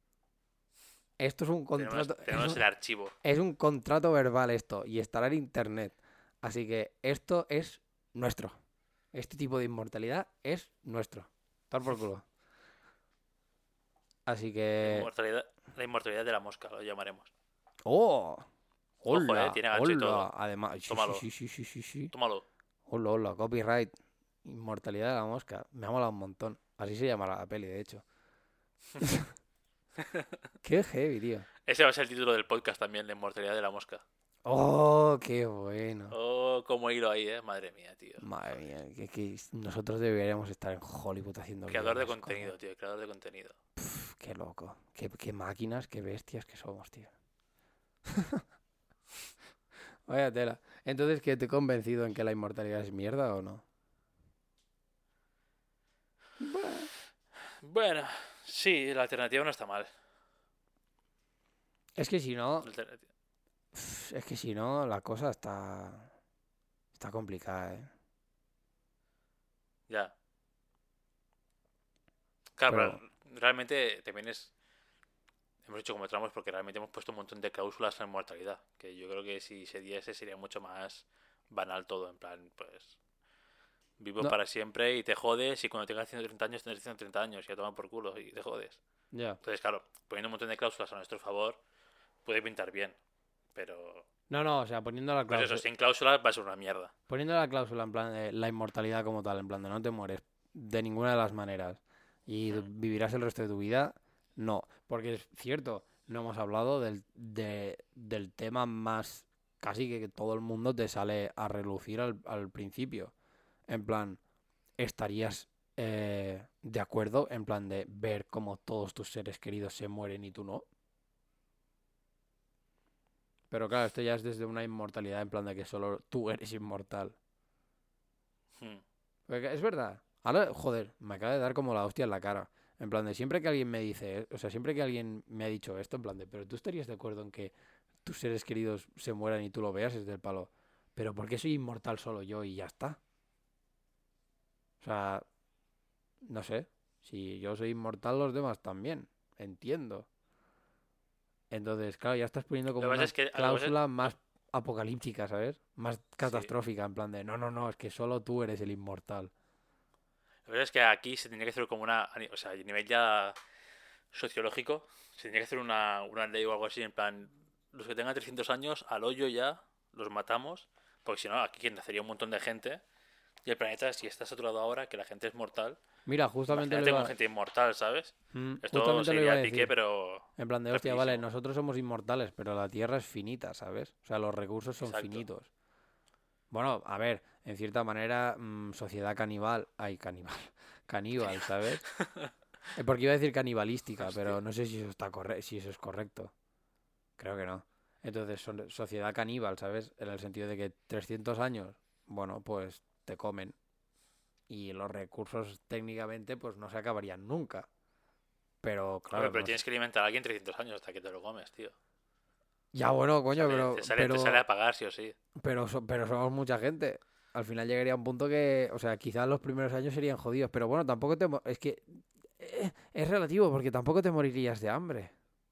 Esto es un
Tenemos,
contrato, es
tenemos
un,
el archivo.
es un contrato verbal esto y estará en internet. Así que esto es nuestro. Este tipo de inmortalidad es nuestro. Tal por culo. Así
La
que...
inmortalidad, la inmortalidad de la mosca, lo llamaremos.
¡Oh!
Ojo, eh,
Hola,
tiene gancho y
hola.
todo.
Además, sí, sí,
Tómalo,
sí, sí, sí, sí, sí.
tómalo.
Hola, hola, copyright. Inmortalidad de la mosca. Me ha molado un montón. Así se llamará la peli, de hecho. Qué heavy, tío.
Ese va a ser el título del podcast también, la inmortalidad de la mosca.
Oh, qué bueno.
Oh, cómo hilo ahí, eh. Madre mía, tío.
Madre
Joder.
mía, que, que nosotros deberíamos estar en Hollywood haciendo
Creador de
guiones, coño.
contenido, tío. Creador de contenido.
Pf, qué loco. Qué, qué máquinas, qué bestias que somos, tío. Vaya tela. Entonces, ¿qué te he convencido en que la inmortalidad es mierda o no? Bah.
Bueno, sí, la alternativa no está mal.
Es que si no,
La alternativa-
pf, es que si no, la cosa está, está complicada, ¿eh?
Ya. Claro,
Pero,
pero realmente también es. Hemos hecho como tramos porque realmente hemos puesto un montón de cláusulas en mortalidad. Que yo creo que si se diese sería mucho más banal todo. En plan, pues. Vivo
no,
para siempre y te jodes. Y cuando tengas ciento treinta años tendrás ciento treinta años. Y a tomar por culo y te jodes.
ya.
Entonces, claro, poniendo un montón de cláusulas a nuestro favor, puede pintar bien. Pero.
No, no, o sea, poniendo la
Pues eso,
cláusula,
sin cláusulas va a ser una mierda.
poniendo la cláusula en plan de la inmortalidad como tal, en plan de no te mueres de ninguna de las maneras y
Hmm.
vivirás el resto de tu vida, no. Porque es cierto, no hemos hablado del, de- del tema más casi que todo el mundo te sale a relucir al, al principio. En plan, ¿estarías eh, de acuerdo en plan de ver cómo todos tus seres queridos se mueren y tú no? Pero claro, esto ya es desde una inmortalidad en plan de que solo tú eres inmortal.
Hmm.
Porque es verdad. Ahora, joder, me acaba de dar como la hostia en la cara. En plan de siempre que alguien me dice, o sea, siempre que alguien me ha dicho esto, en plan de, pero tú estarías de acuerdo en que tus seres queridos se mueran y tú lo veas, es del palo. Pero ¿por qué soy inmortal solo yo y ya está? O sea, no sé. Si yo soy inmortal, los demás también. Entiendo. Entonces, claro, ya estás poniendo
Lo
como
que pasa
una
es que. Lo que pasa es-
cláusula
lo-
más apocalíptica, ¿sabes? Más
sí.
catastrófica, en plan de, no, no, no, es que solo tú eres el inmortal.
Lo que pasa es que aquí se tendría que hacer como una. O sea, a nivel ya sociológico, se tendría que hacer una, una ley o algo así. En plan, los que tengan trescientos años, al hoyo ya, los matamos. Porque si no, aquí nacería un montón de gente Y el planeta, si está saturado ahora, que la gente es mortal,
Mira, justamente lo
imagínate con
iba,
gente inmortal, ¿sabes?
mm,
Esto
justamente lo iba
sería
a
a pique,
decir.
pero
En plan de, hostia, vale,
rapidísimo.
nosotros somos inmortales, pero la Tierra es finita, ¿sabes? O sea, los recursos son
Exacto.
finitos. Bueno, a ver, en cierta manera, mm, sociedad caníbal, ay, caníbal, caníbal, ¿sabes? Eh, Porque iba a decir canibalística, pero
Hostia.
no sé si eso está corre- si eso es correcto. Creo que no. Entonces, son sociedad caníbal, ¿sabes? En el sentido de que trescientos años, bueno, pues te comen. Y los recursos técnicamente, pues no se acabarían nunca. Pero,
Hombre,
claro,
pero
no sé.
tienes que alimentar a alguien trescientos años hasta que te lo comes, tío.
Ya, bueno,
O sea,
coño,
te,
pero,
te sale, te sale
pero,
a pagar, sí o sí.
pero, so- pero somos mucha gente. Al final llegaría un punto que, o sea, quizás los primeros años serían jodidos, pero bueno, tampoco te... mo- Es que eh, es relativo, porque tampoco te morirías de hambre,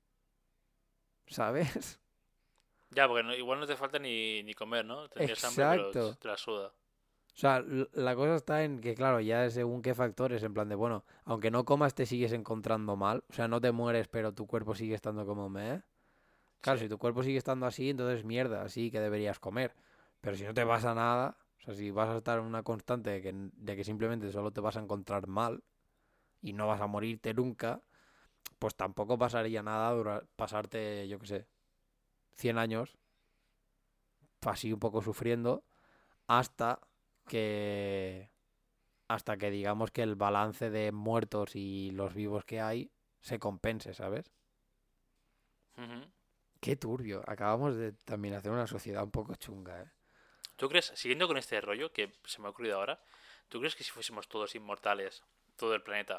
¿sabes?
Ya, porque no- igual no te falta ni, ni comer, ¿no? Tendrías hambre, pero
Exacto.
te la suda.
O sea, l- la cosa está en que, claro, ya según qué factores, en plan de, bueno, aunque no comas te sigues encontrando mal, o sea, no te mueres, pero tu cuerpo sigue estando como me.
Sí,
Claro, si tu cuerpo sigue estando así, entonces mierda, sí que deberías comer. Pero si no te pasa nada, o sea, si vas a estar en una constante de que, de que simplemente solo te vas a encontrar mal y no vas a morirte nunca, pues tampoco pasaría nada dura- pasarte, yo qué sé, cien años, así un poco sufriendo, hasta que hasta que digamos que el balance de muertos y los vivos que hay se compense, ¿sabes?
ujú.
Qué turbio. Acabamos de también hacer una sociedad un poco chunga, ¿eh?
¿Tú crees, siguiendo con este rollo que se me ha ocurrido ahora, ¿tú crees que si fuésemos todos inmortales, todo el planeta,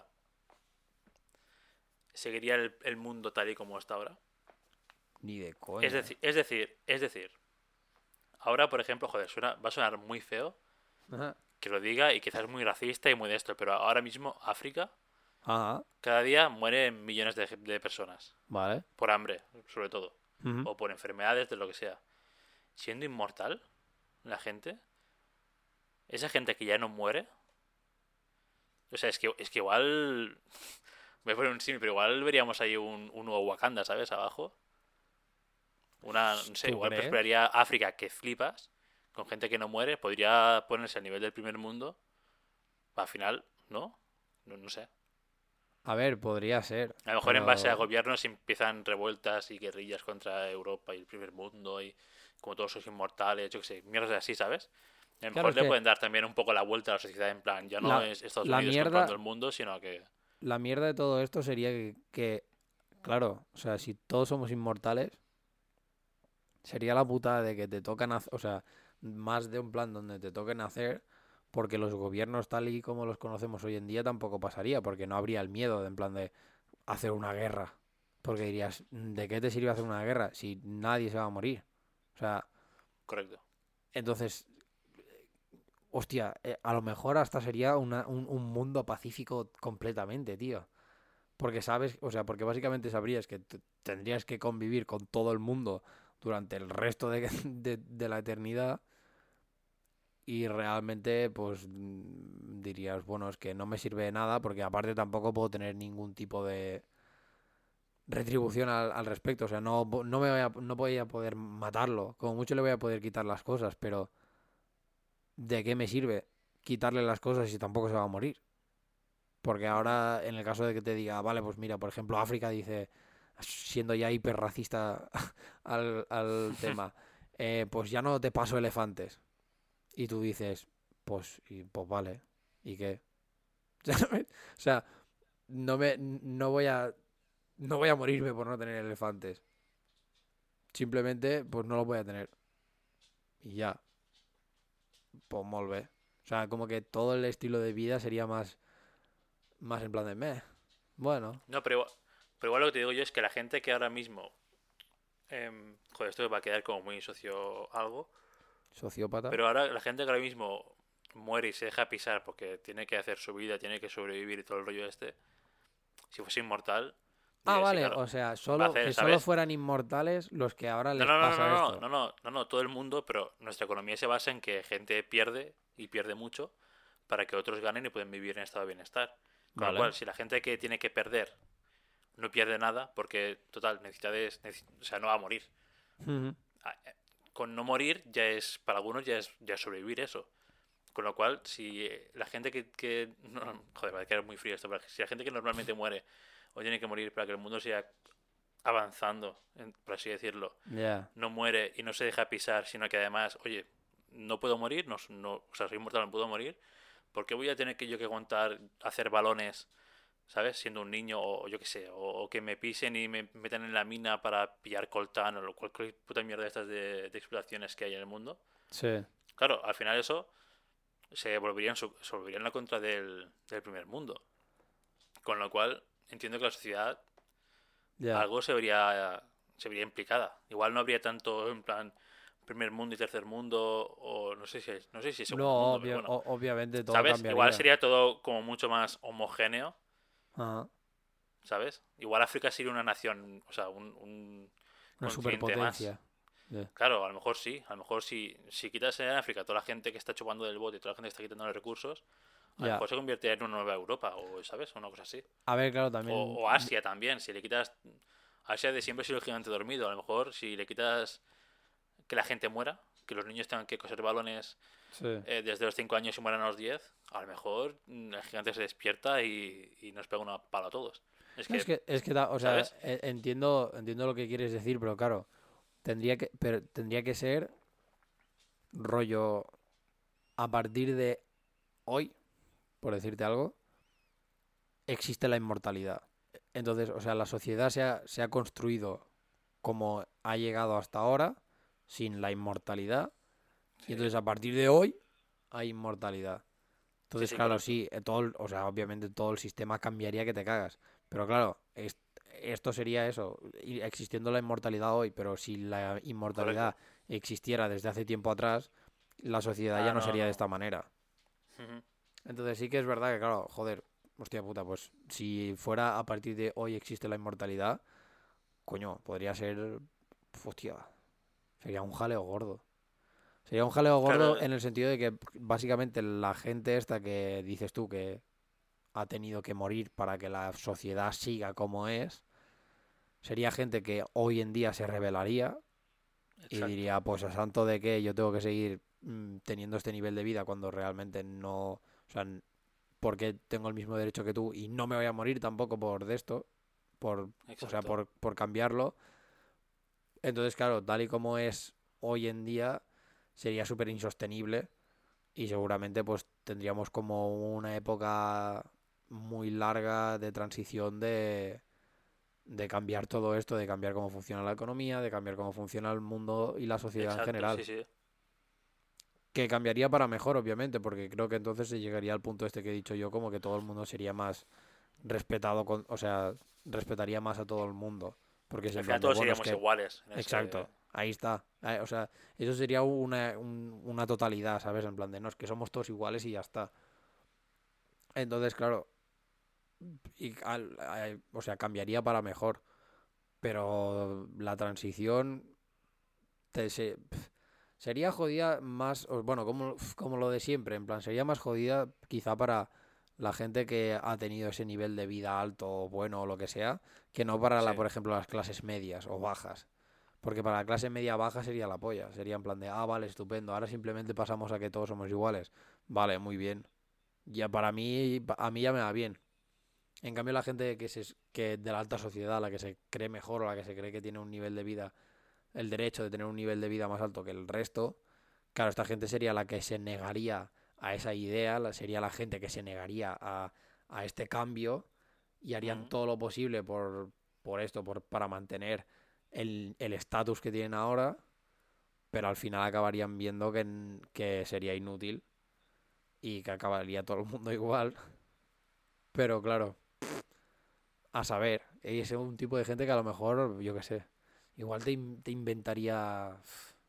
seguiría el, el mundo tal y como está ahora?
Ni de
Es
coña.
decir, es decir, es decir, ahora, por ejemplo, joder, suena, va a sonar muy feo
Ajá.
que lo diga y quizás muy racista y muy de esto, pero ahora mismo África,
Ajá.
cada día mueren millones de, de personas,
Vale.
por hambre, sobre todo,
Ujú.
o por enfermedades, de lo que sea. Siendo inmortal, la gente, esa gente que ya no muere, o sea, es que, es que igual, voy a poner un símil, pero igual veríamos ahí un, un nuevo Wakanda, ¿sabes? Abajo. Una, no sé,
¿Tú
igual
crees?
prosperaría África que flipas, con gente que no muere, podría ponerse al nivel del primer mundo. Al final, ¿no? No, no sé.
A ver, podría ser,
A lo mejor en base a
pero
gobiernos empiezan revueltas y guerrillas contra Europa y el primer mundo y como todos sois inmortales, yo qué sé, mierdas así, ¿sabes? A lo
claro,
mejor
es
le
que
pueden dar también un poco la vuelta a la sociedad en plan, ya no
la,
es Estados
la
Unidos controlando
mierda,
el mundo, sino que...
la mierda de todo esto sería que, que, claro, o sea, si todos somos inmortales, sería la putada de que te tocan, o sea, más de un plan donde te toquen hacer, porque los gobiernos tal y como los conocemos hoy en día tampoco pasaría, porque no habría el miedo de en plan de hacer una guerra. Porque dirías, ¿de qué te sirve hacer una guerra si nadie se va a morir? O sea,
Correcto.
entonces, hostia, eh, a lo mejor hasta sería una- un, un mundo pacífico completamente, tío. Porque sabes, o sea, porque básicamente sabrías que t- tendrías que convivir con todo el mundo durante el resto de, de- de la eternidad y realmente, pues mm, dirías, bueno, es que no me sirve de nada porque aparte tampoco puedo tener ningún tipo de retribución al, al respecto. O sea, no, vo- no me voy a, no voy a poder matarlo. Como mucho le voy a poder quitar las cosas, pero ¿de qué me sirve quitarle las cosas si tampoco se va a morir? Porque
Ujú.
ahora, en el caso de que te diga, vale, pues mira, por ejemplo, África dice, siendo ya hiperracista al, al tema, eh, pues ya no te paso elefantes. Y tú dices, pues, y, pues vale, ¿y qué? ¿Sabes? O sea, no me, no voy a, no voy a morirme por no tener elefantes. Simplemente, pues no los voy a tener. Y ya, pues molt bé. O sea, como que todo el estilo de vida sería más, más en plan de meh. Bueno,
No, pero igual, pero igual lo que te digo yo es que la gente que ahora mismo... em, joder, esto va a quedar como muy socio algo.
sociópata.
Pero ahora la gente que ahora mismo muere y se deja pisar porque tiene que hacer su vida, tiene que sobrevivir y todo el rollo este, si fuese inmortal,
Ah,
diría, sí,
vale,
claro,
o sea,
va a
solo
hacer,
que solo
¿sabes?
fueran inmortales los que ahora
No,
les
no, no, no,
pasa
no,
esto.
no, no, no, no, todo el mundo, pero nuestra economía se basa en que gente pierde y pierde mucho para que otros ganen y pueden vivir en estado de bienestar. Con lo
Vale.
cual, si la gente que tiene que perder no pierde nada, porque, total, necesidades, necesi- o sea, no va a morir.
Ujú.
Ah, eh, Con no morir ya es, para algunos ya es, ya es sobrevivir eso. Con lo cual, si eh, la gente que... que no, joder, va a quedar muy frío esto, pero si la gente que normalmente muere o tiene que morir para que el mundo siga avanzando, en- por así decirlo,
Ya.
no muere y no se deja pisar, sino que además, oye, no puedo morir, no, no, o sea, soy inmortal, no puedo morir, ¿por qué voy a tener que yo que aguantar hacer balones, ¿sabes? Siendo un niño o yo qué sé, o, o que me pisen y me metan en la mina para pillar coltán o cualquier puta mierda de estas de, de explotaciones que hay en el mundo?
Sí.
Claro, al final eso se volvería en, su- se volvería en la contra del, del primer mundo. Con lo cual, entiendo que la sociedad
Ya.
algo se vería, se vería implicada. Igual no habría tanto en plan primer mundo y tercer mundo, o no sé si es, no sé si es segundo
No,
mundo, pero
obvia-
bueno.
o- obviamente todo
¿Sabes? Igual
cambiaría.
sería todo como mucho más homogéneo,
Ajá.
¿sabes? Igual África sería una nación, o sea, un, un
Una
continente más.
superpotencia. Ya.
Claro, a lo mejor sí, a lo mejor si, si quitas en África toda la gente que está chupando del bote y toda la gente que está quitando los recursos, a lo
Ya.
mejor se convierte en una nueva Europa, o, ¿sabes? Una cosa así.
A ver, claro,
O,
también.
o Asia también, si le quitas... Asia de siempre ha sido el gigante dormido, a lo mejor si le quitas que la gente muera, que los niños tengan que coser balones
Sí.
eh, desde los cinco años y mueran a los diez, a lo mejor mm, el gigante se despierta y, y nos pega una pala a todos. Es
No, es
que,
que, es que, ta- o sea,
¿sabes?
e- entiendo, entiendo lo que quieres decir, pero claro, tendría que, pero tendría que ser rollo a partir de hoy, por decirte algo, existe la inmortalidad. Entonces, o sea, la sociedad se ha, se ha construido como ha llegado hasta ahora, sin la inmortalidad, y
Sí,
entonces a partir de hoy hay inmortalidad.
sí,
Entonces,
sí,
claro,
correcto.
sí, eh, todo, el- o sea, obviamente todo el sistema cambiaría que te cagas. Pero claro, es- esto sería eso, y existiendo la inmortalidad hoy, pero si la
Correcto.
inmortalidad existiera desde hace tiempo atrás, la sociedad ya
Ah,
no
no,
sería de
no.
esta manera.
Ujú.
Entonces sí que es verdad que, claro, joder, hostia puta, pues si fuera a partir de hoy existe la inmortalidad, coño, podría ser, hostia, sería un jaleo gordo. Sería un jaleo gordo
Claro,
en el sentido de que básicamente la gente esta que dices tú que ha tenido que morir para que la sociedad siga como es, sería gente que hoy en día se rebelaría y
exacto.
diría, pues a santo de que yo tengo que seguir mm, teniendo este nivel de vida cuando realmente no, o sea, n- porque tengo el mismo derecho que tú y no me voy a morir tampoco por de esto, por, o sea,
Exacto.
por, por cambiarlo. Entonces, claro, tal y como es hoy en día, sería súper insostenible y seguramente pues tendríamos como una época muy larga de transición de, de cambiar todo esto, de cambiar cómo funciona la economía, de cambiar cómo funciona el mundo y la sociedad en
Exacto,
general.
sí, sí.
Que cambiaría para mejor, obviamente, porque creo que entonces se llegaría al punto este que he dicho yo, como que todo el mundo sería más respetado, con, o sea, respetaría más a todo el mundo. Porque es
Al
en
final
plan de,
todos
bueno, es
seríamos
que,
iguales en ese...
exacto, ahí está. Eh, O sea, eso sería una, un- una totalidad, ¿sabes? En plan de, no, es que somos todos iguales y ya está. Entonces, claro, y al- a- o sea, cambiaría para mejor. Pero la transición te, se- pf, sería jodida más, o- bueno, como, como lo de siempre, en plan, sería más jodida quizá para la gente que ha tenido ese nivel de vida alto o bueno o lo que sea, que no para la,
Sí,
por ejemplo, las clases medias o bajas. Porque para la clase media baja sería la polla, sería en plan de, ah, vale, estupendo, ahora simplemente pasamos a que todos somos iguales. Vale, muy bien. Ya para mí, a mí ya me va bien. En cambio, la gente que, se, que de la alta sociedad, la que se cree mejor o la que se cree que tiene un nivel de vida, el derecho de tener un nivel de vida más alto que el resto, claro, esta gente sería la que se negaría a esa idea, la- sería la gente que se negaría a, a este cambio y harían
ujú,
todo lo posible por, por esto, por, para mantener el el estatus que tienen ahora, pero al final acabarían viendo que, n- que sería inútil y que acabaría todo el mundo igual. Pero claro, a saber, es un tipo de gente que a lo mejor, yo qué sé, igual te, in- te inventaría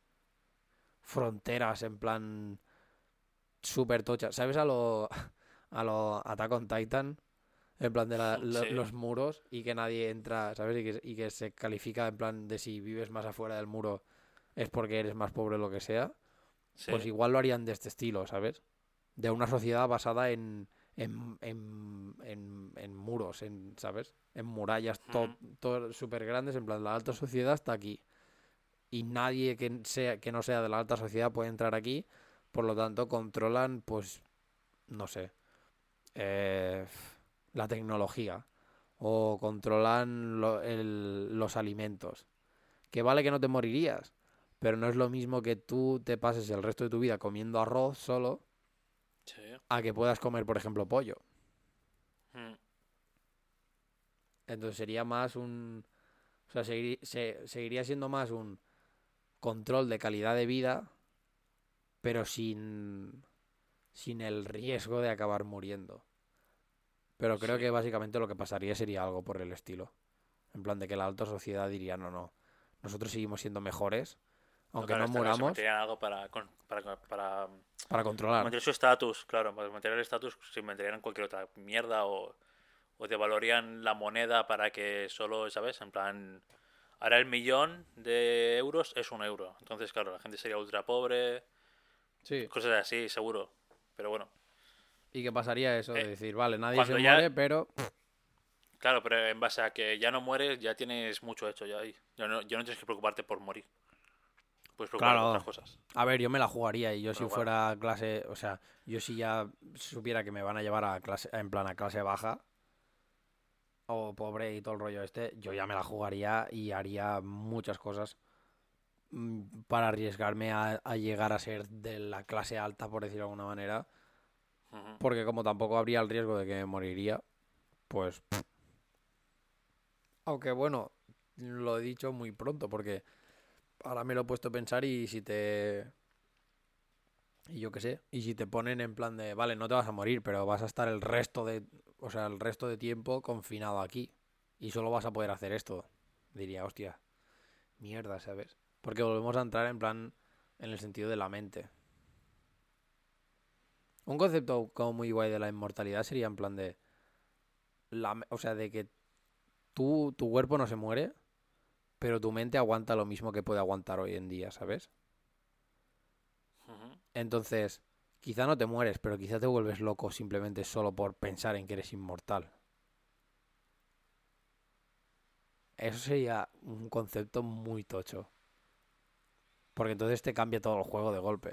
fronteras en plan súper tochas. ¿Sabes a lo, a lo Attack on Titan? En plan de la- lo-
sí,
los muros y que nadie entra, ¿sabes? Y que, y que se califica en plan de si vives más afuera del muro es porque eres más pobre o lo que sea. Pues
sí.
igual lo harían de este estilo, ¿sabes? De una sociedad basada en, en, en, en, en muros, en, ¿sabes? En murallas
Ujú.
todo súper grandes, en plan la alta sociedad está aquí. Y nadie que, sea, que no sea de la alta sociedad puede entrar aquí Por lo tanto, controlan, pues, no sé, eh, la tecnología o controlan lo- el- los alimentos. Que vale que no te morirías, pero no es lo mismo que tú te pases el resto de tu vida comiendo arroz solo
Sí.
a que puedas comer, por ejemplo, pollo.
Mm.
Entonces sería más un... O sea, segui- se- seguiría siendo más un control de calidad de vida, pero sin, sin el riesgo de acabar muriendo. Pero creo
Sí.
que básicamente lo que pasaría sería algo por el estilo. En plan de que la alta sociedad diría, no, no, nosotros seguimos siendo mejores,
No,
aunque
claro,
no
está claro, se
muramos,
meterían algo para, con- para, para
para controlar.
mantener su estatus, claro, para mantener el estatus se meterían cualquier otra mierda o, o devaluarían la moneda para que solo, ¿sabes? En plan, ahora el millón de euros es un euro. Entonces, claro, la gente sería ultra pobre,
Sí.
cosas así, seguro. Pero bueno,
¿Y qué pasaría eso? De
eh,
decir, vale, nadie se
cuando ya,
muere, pero...
claro, pero en base a que ya no mueres, ya tienes mucho hecho ya ahí. Ya no, ya no tienes que preocuparte por morir. Puedes preocuparte por otras
Claro.
cosas.
A ver, yo me la jugaría y yo
Pero
si
bueno,
fuera clase, o sea, yo si ya supiera que me van a llevar a clase, en plan a clase baja o pobre y todo el rollo este, yo ya me la jugaría y haría muchas cosas mm, para arriesgarme a, a llegar a ser de la clase alta, por decirlo de alguna manera,
ujú,
porque como tampoco habría el riesgo de que me moriría, pues... Aunque bueno, lo he dicho muy pronto porque ahora me lo he puesto a pensar y si te... Y yo qué sé, y si te ponen en plan de, vale, no te vas a morir, pero vas a estar el resto de, o sea, el resto de tiempo confinado aquí y solo vas a poder hacer esto, diría, hostia, mierda, ¿sabes? Porque volvemos a entrar en plan en el sentido de la mente. Un concepto como muy guay de la inmortalidad sería en plan de, la, me- o sea, de que tú, tu cuerpo no se muere, pero tu mente aguanta lo mismo que puede aguantar hoy en día, ¿sabes?
ujú.
Entonces, quizá no te mueres, pero quizá te vuelves loco simplemente solo por pensar en que eres inmortal. Eso sería un concepto muy tocho. Porque entonces te cambia todo el juego de golpe.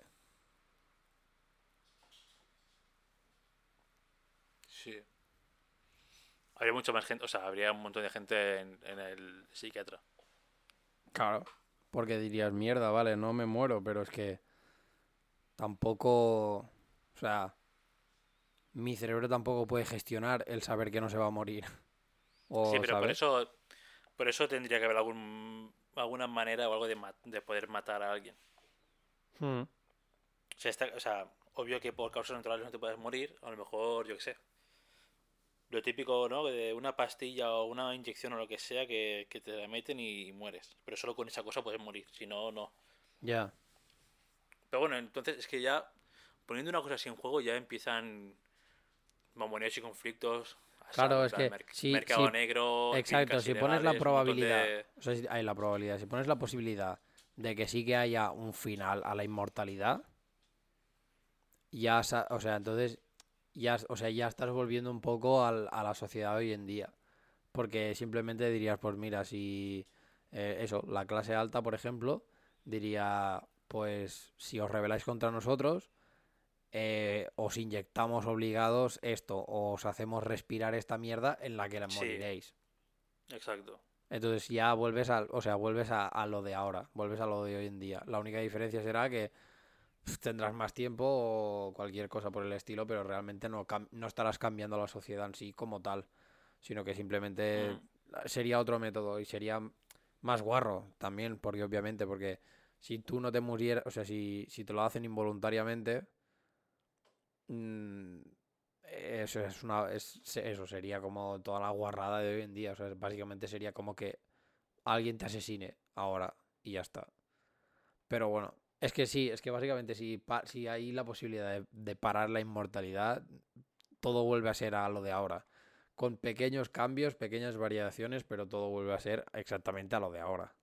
Sí. Habría mucha más gente, o sea, habría un montón de gente en, en el psiquiatra.
Claro. Porque dirías, mierda, vale, no me muero, pero es que tampoco... O sea, mi cerebro tampoco puede gestionar el saber que no se va a morir.
Sí,
O,
pero por
¿sabes?
eso, por eso tendría que haber algún, alguna manera o algo de, ma- de poder matar a alguien.
Hmm.
O sea, está- o sea, obvio que por causas naturales no te puedes morir, a lo mejor, yo qué sé. Lo típico, ¿no? De una pastilla o una inyección o lo que sea que, que te la meten y mueres. Pero solo con esa cosa puedes morir, si no, no.
Ya.
Pero bueno, entonces es que ya poniendo una cosa así en juego ya empiezan mamoneos y conflictos a saco,
Claro,
en
es
plan
que
merc-
si,
mercado
si...
negro,
Exacto,
fincas
si pones la
ilegales, un montón
probabilidad...
de...
O sea, si- hay la probabilidad. Si pones la posibilidad de que sí que haya un final a la inmortalidad, ya... sa- O sea, entonces ya, o sea, ya estás volviendo un poco al- a la sociedad hoy en día. Porque simplemente dirías, pues mira, si eh, eso, la clase alta, por ejemplo, diría, pues si os rebeláis contra nosotros, eh, os inyectamos obligados esto, o os hacemos respirar esta mierda en la que
Sí,
moriréis.
exacto.
Entonces ya vuelves a, o sea, vuelves a, a lo de ahora, vuelves a lo de hoy en día. La única diferencia será que pf, tendrás más tiempo o cualquier cosa por el estilo, pero realmente no, cam- no estarás cambiando la sociedad en sí como tal, sino que simplemente
Mm,
sería otro método y sería más guarro también, porque obviamente, porque si tú no te murieras, o sea, si, si te lo hacen involuntariamente, mm, eso es una, es, eso sería como toda la guarrada de hoy en día, o sea, básicamente sería como que alguien te asesine ahora y ya está. Pero bueno, es que sí, es que básicamente si, pa- si hay la posibilidad de, de parar la inmortalidad, todo vuelve a ser a lo de ahora. Con pequeños cambios, pequeñas variaciones, pero todo vuelve a ser exactamente a lo de ahora.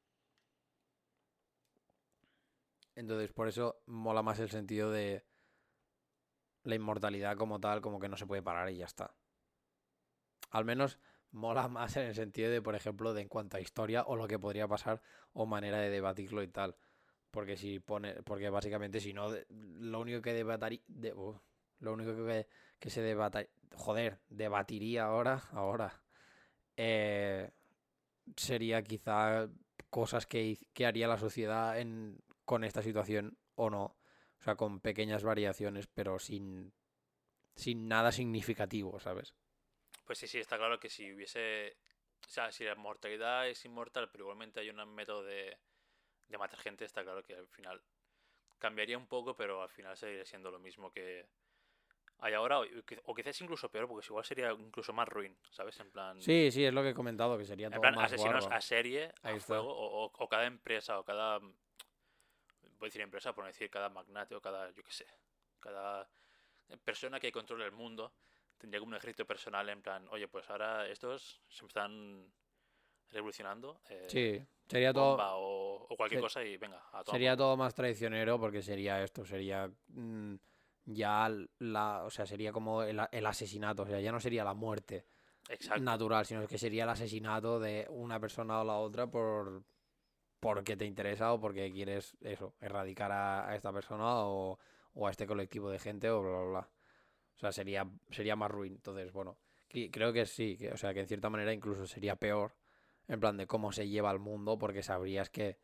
Entonces, por eso mola más el sentido de la inmortalidad como tal, como que no se puede parar y ya está. Al menos mola más en el sentido de, por ejemplo, de en cuanto a historia o lo que podría pasar o manera de debatirlo y tal. Porque si pone, porque básicamente si no, de- lo único que debataría, de, uh, lo único que, que se debata, joder, debatiría ahora, ahora, eh, sería quizá cosas que, hiz- que haría la sociedad en, con esta situación o no. O sea, con pequeñas variaciones, pero sin, sin nada significativo, ¿sabes?
Pues sí, sí, está claro que si hubiese... O sea, si la mortalidad es inmortal, pero igualmente hay un método de, de matar gente, está claro que al final cambiaría un poco, pero al final seguiría siendo lo mismo que hay ahora, o, qui- o quizás incluso peor, porque igual sería incluso más ruin, ¿sabes? En plan,
Sí, sí, es lo que he comentado, que sería
en
todo
plan
más
asesinos
guarro.
a serie,
Ahí
a
está.
fuego, o, o- o cada empresa, o cada, voy a decir empresa, por no decir cada magnate, o cada, yo qué sé, cada persona que controle el mundo, tendría como un ejército personal en plan, oye, pues ahora estos se están revolucionando, eh,
Sí, sería todo,
bomba o, o cualquier
se-
cosa y venga, a tomar por
sería
culo.
todo más traicionero porque sería esto, sería mm, ya la, o sea, sería como el, a- el asesinato, o sea, ya no sería la muerte
Exacto.
natural, sino que sería el asesinato de una persona o la otra por porque te interesa o porque quieres eso, erradicar a, a esta persona o, o a este colectivo de gente o bla bla bla. O sea, sería, sería más ruin. Entonces, bueno, cre- creo que sí, que, o sea, que en cierta manera incluso sería peor en plan de cómo se lleva el mundo porque sabrías que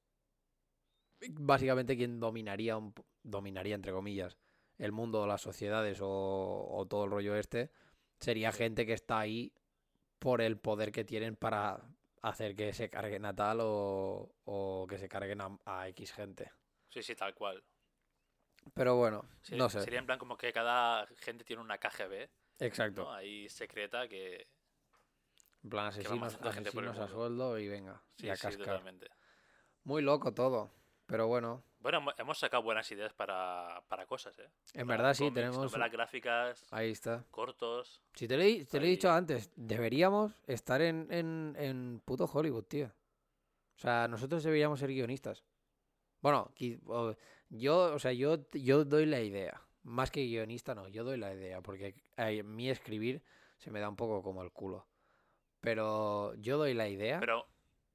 básicamente quien dominaría, un, po- dominaría entre comillas, el mundo, las sociedades o, o todo el rollo este, sería
Sí,
gente que está ahí por el poder que tienen para hacer que se carguen a tal o, o que se carguen a, a X gente.
sí, sí, tal cual.
Pero bueno,
Ser-
no sé.
Sería en plan como que cada gente tiene una K G B,
Exacto.
¿no? Ahí secreta que,
En plan,
que va
asesinos,
matando gente por el
asesinos a
mundo.
sueldo y venga, y
Sí,
a
sí,
cascar.
totalmente.
Muy loco todo. Pero bueno,
Bueno, hemo- hemos sacado buenas ideas para, para cosas, ¿eh?
en
Para
verdad sí,
cómics,
tenemos...
novelas gráficas,
Ahí está.
cortos.
Si te lo, he, te lo he dicho
Ahí...
antes, deberíamos estar en, en, en puto Hollywood, tío. O sea, nosotros deberíamos ser guionistas. Bueno, qui- o- yo, o sea, yo, yo doy la idea. Más que guionista, no, yo doy la idea. Porque a mí escribir se me da un poco como el culo. Pero yo doy la idea
Pero,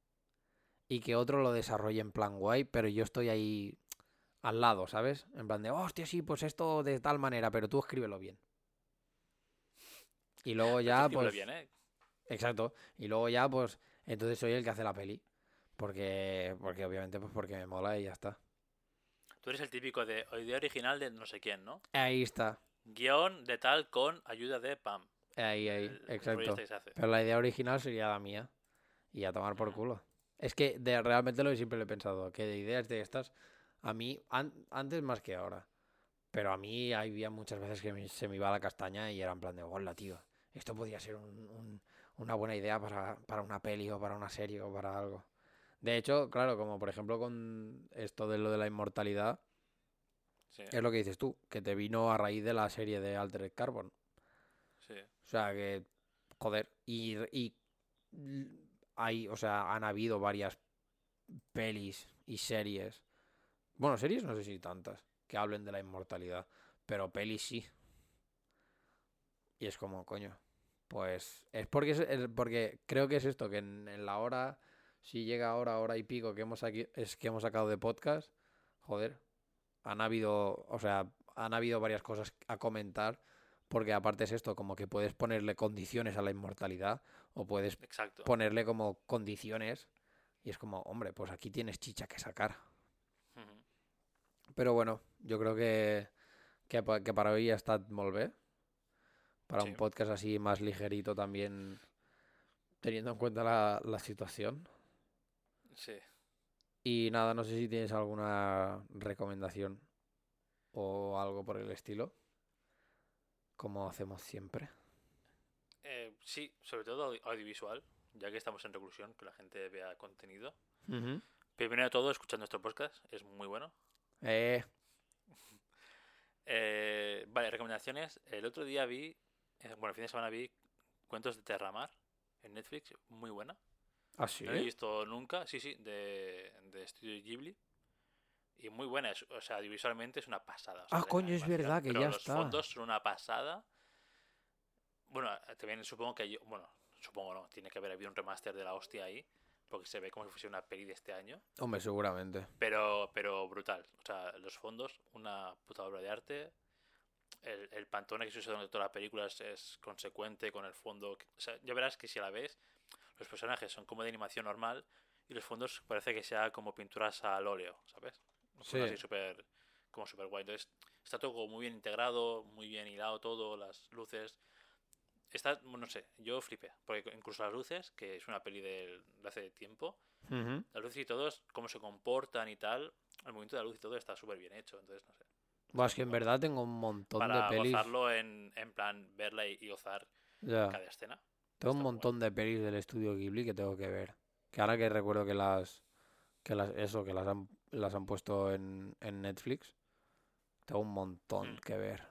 y que otro lo desarrolle en plan guay, pero yo estoy ahí al lado, ¿sabes? En plan de, hostia, sí, pues esto de tal manera, pero tú escríbelo bien. Y luego
pero tú
ya,
escríbelo bien,
pues,
¿eh?
exacto. Y luego ya, pues, entonces soy el que hace la peli. Porque, porque obviamente, pues porque me mola y ya está.
Tú eres el típico de o idea original de no sé quién, ¿no?
Ahí está.
Guión de tal con ayuda de Pam.
Ahí, ahí,
El, el rollo este
exacto.
que se hace.
Pero la idea original sería la mía. Y a tomar por
Ujú.
culo. Es que de, realmente lo que siempre lo he pensado. Que de ideas de estas, a mí, an- antes más que ahora. Pero a mí había muchas veces que me- se me iba la castaña y era en plan de, hola, tío. Esto podría ser un- un- una buena idea para, para una peli o para una serie o para algo. De hecho, claro, como por ejemplo con esto de lo de la inmortalidad,
Sí,
es lo que dices tú, que te vino a raíz de la serie de Altered Carbon.
sí.
O sea que, joder, y, y l- hay, o sea, han habido varias pelis y series. Bueno, series no sé si tantas, que hablen de la inmortalidad, pero pelis sí. Y es como, coño, pues es porque, es, es porque creo que es esto, que en, en la hora, si llega ahora, hora y pico que hemos aquí, es que hemos sacado de podcast, joder, han habido, o sea, han habido varias cosas a comentar, porque aparte es esto, como que puedes ponerle condiciones a la inmortalidad, o puedes
Exacto.
ponerle como condiciones, y es como, hombre, pues aquí tienes chicha que sacar.
Ujú.
Pero bueno, yo creo que, que, pa- que para hoy ya está molt bé, para un
Sí,
podcast así más ligerito también teniendo en cuenta la, la situación.
sí.
Y nada, no sé si tienes alguna recomendación o algo por el estilo, como hacemos siempre.
Eh, sí, sobre todo audi- audiovisual, ya que estamos en reclusión, que la gente vea contenido.
Ujú.
Primero de todo, escuchando nuestro podcast, es muy bueno.
Eh,
Eh, vale, recomendaciones. El otro día vi, eh, bueno, el fin de semana vi Cuentos de Terramar en Netflix, muy buena.
¿ah, sí?
No la he visto nunca, sí, sí, de, de Estudio Ghibli. Y muy buena, es- o sea, audiovisualmente es una pasada, o sea,
Ah,
de
coño, es
animación.
verdad que
Pero
ya
los
está.
fondos son una pasada. Bueno, también supongo que hay, bueno, supongo no, tiene que haber habido un remaster de la hostia ahí. porque se ve como si fuese una peli de este año.
Hombre, seguramente.
Pero, pero brutal. O sea, los fondos, una puta obra de arte. El, el pantone que se usa durante toda la película es, es consecuente con el fondo. O sea, ya verás que si la ves, los personajes son como de animación normal y los fondos parece que sea como pinturas al óleo, ¿sabes?
Sí.
Así súper, como súper guay. Entonces, está todo como muy bien integrado, muy bien hilado todo, las luces. Está, no sé, yo flipé. Porque incluso las luces, que es una peli de, de hace tiempo,
Uh-huh.
las luces y todo, cómo se comportan y tal, el movimiento de la luz y todo está súper bien hecho. Entonces, no sé.
Buah,
Está
es que
muy
en
guapo.
verdad tengo un montón de
Para
pelis.
gozarlo en, en plan, verla y, y gozar
Ya.
cada escena.
Tengo un
Está muy guay.
montón de pelis del estudio Ghibli que tengo que ver. Que ahora que recuerdo que las. Que las. Eso, que las han, las han puesto en, en Netflix. Tengo un montón
Hmm.
que ver.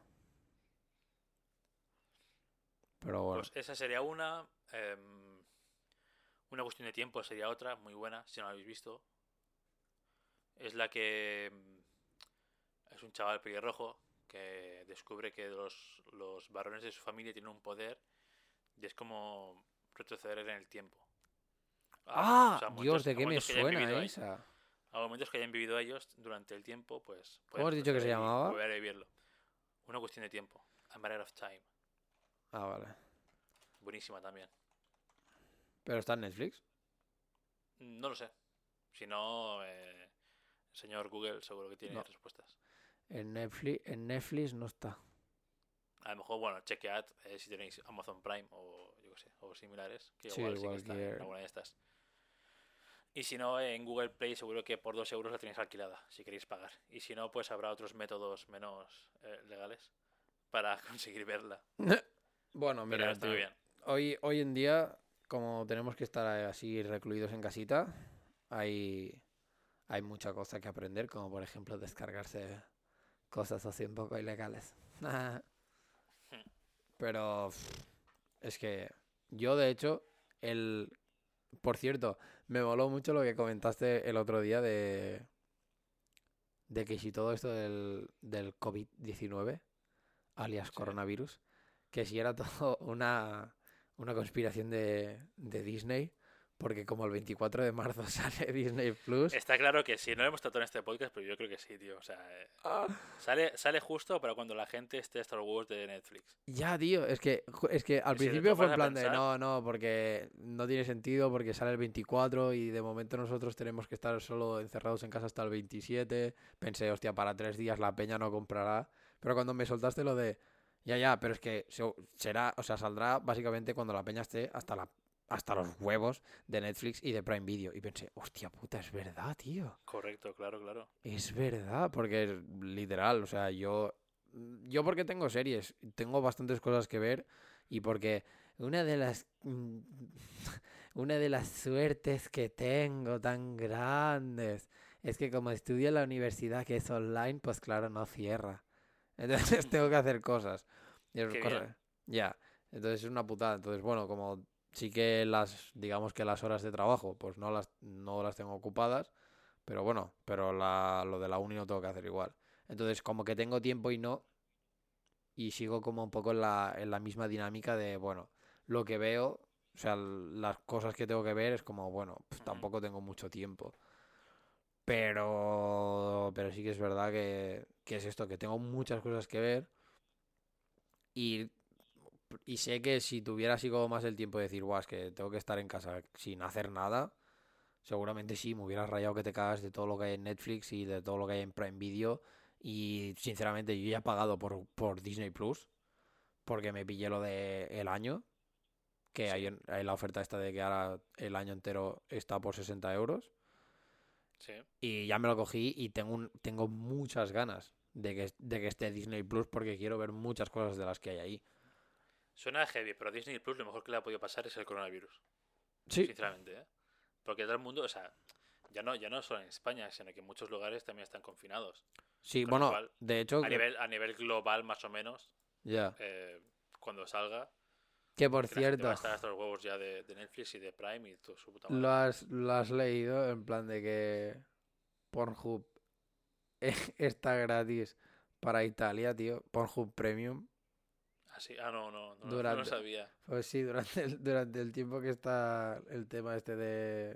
Pero bueno.
Pues esa sería una. eh, una cuestión de tiempo sería otra, muy buena, si no la habéis visto. Es la que mm, es un chaval pelirrojo que descubre que los, los varones de su familia tienen un poder y es como retroceder en el tiempo. A, o
¡Ah!
sea, a
Dios,
momentos,
¿de
a
qué me
momentos que hayan
suena
vivido ahí,
esa?
a momentos que hayan vivido ellos durante el tiempo, pues
¿Cómo
pueden
has dicho que se
retroceder y
llamaba?
volver a vivirlo. Una cuestión de tiempo. A matter of time.
Ah, vale.
Buenísima también.
¿Pero está en Netflix?
No lo sé. Si no, eh, el señor Google seguro que tiene
No.
respuestas.
En Netflix, en Netflix no está.
A lo mejor, bueno, chequead eh, si tenéis Amazon Prime o yo qué sé, o similares, que
Sí,
igual sí que está en
cualquier.
alguna de estas. Y si no, en Google Play seguro que por dos euros la tenéis alquilada, si queréis pagar. Y si no, pues habrá otros métodos menos eh, legales para conseguir verla.
Bueno,
Pero
mira,
está muy
tío.
bien.
Hoy, hoy en día, como tenemos que estar así recluidos en casita, hay, hay mucha cosa que aprender, como por ejemplo descargarse cosas así un poco ilegales. Pero pff, es que yo, de hecho, el... Por cierto, me moló mucho lo que comentaste el otro día de, de que si todo esto del, del covid diecinueve, alias
Sí.
coronavirus, que si era todo una, una conspiración de, de Disney, porque como el veinticuatro de marzo sale Disney Plus.
Está claro que sí, no lo hemos tratado en este podcast, pero yo creo que sí, tío. O sea, eh,
¡Ah!
sale, sale justo para cuando la gente esté Star Wars de Netflix.
Ya, tío, es que, ju- es que al
Y si te
principio fue
tomas
en
a
plan de
pensar,
no, no, porque no tiene sentido, porque sale el veinticuatro y de momento nosotros tenemos que estar solo encerrados en casa hasta el veintisiete. Pensé, hostia, para tres días la peña no comprará. Pero cuando me soltaste lo de, ya, ya, pero es que se- será, o sea, saldrá básicamente cuando la peña esté hasta la, hasta los huevos de Netflix y de Prime Video. Y pensé, hostia puta, es verdad, tío.
correcto, claro, claro.
Es verdad, porque es literal, o sea, yo, yo porque tengo series, tengo bastantes cosas que ver y porque una de las, mm, una de las suertes que tengo tan grandes es que como estudio en la universidad que es online, pues claro, no cierra. Entonces tengo que hacer cosas. Y es
Qué bien.
cosa- Ya, entonces es una putada. Entonces, bueno, como sí que las, digamos que las horas de trabajo, pues no las, no las tengo ocupadas. Pero bueno, pero la, lo de la uni no tengo que hacer igual. Entonces, como que tengo tiempo y no, y sigo como un poco en la, en la misma dinámica de, bueno, lo que veo, o sea, l- las cosas que tengo que ver es como, bueno, pues
Ujú.
tampoco tengo mucho tiempo. Pero, pero sí que es verdad que, que es esto, que tengo muchas cosas que ver y, y sé que si tuviera así como más el tiempo de decir, guau, es que tengo que estar en casa sin hacer nada. Seguramente sí, me hubiera rayado que te cagas de todo lo que hay en Netflix y de todo lo que hay en Prime Video. Y sinceramente, yo ya he pagado por, por Disney Plus, porque me pillé lo de el año, que hay,
Sí,
en- hay la oferta esta de que ahora el año entero está por sesenta euros.
sí.
Y ya me lo cogí y tengo, un- tengo muchas ganas de que, de que esté Disney Plus porque quiero ver muchas cosas de las que hay ahí.
Suena heavy, pero a Disney Plus lo mejor que le ha podido pasar es el coronavirus.
Sí,
Sinceramente, ¿eh? Porque todo el mundo, o sea, ya no, ya no solo en España, sino que en muchos lugares también están confinados.
sí,
Con lo
bueno,
cual,
de hecho,
a
que-
nivel, a nivel global, más o menos,
ya.
eh, cuando salga,
Que por
que la gente va a
cierto,
estar hasta los huevos ya de, de Netflix y de Prime y todo su puta
lo
madre.
has, lo has leído en plan de que Pornhub está gratis para Italia, tío. Pornhub Premium.
Así, ah, no, no, no, no lo
Durante,
sabía.
pues sí, durante el, durante el tiempo que está el tema este de,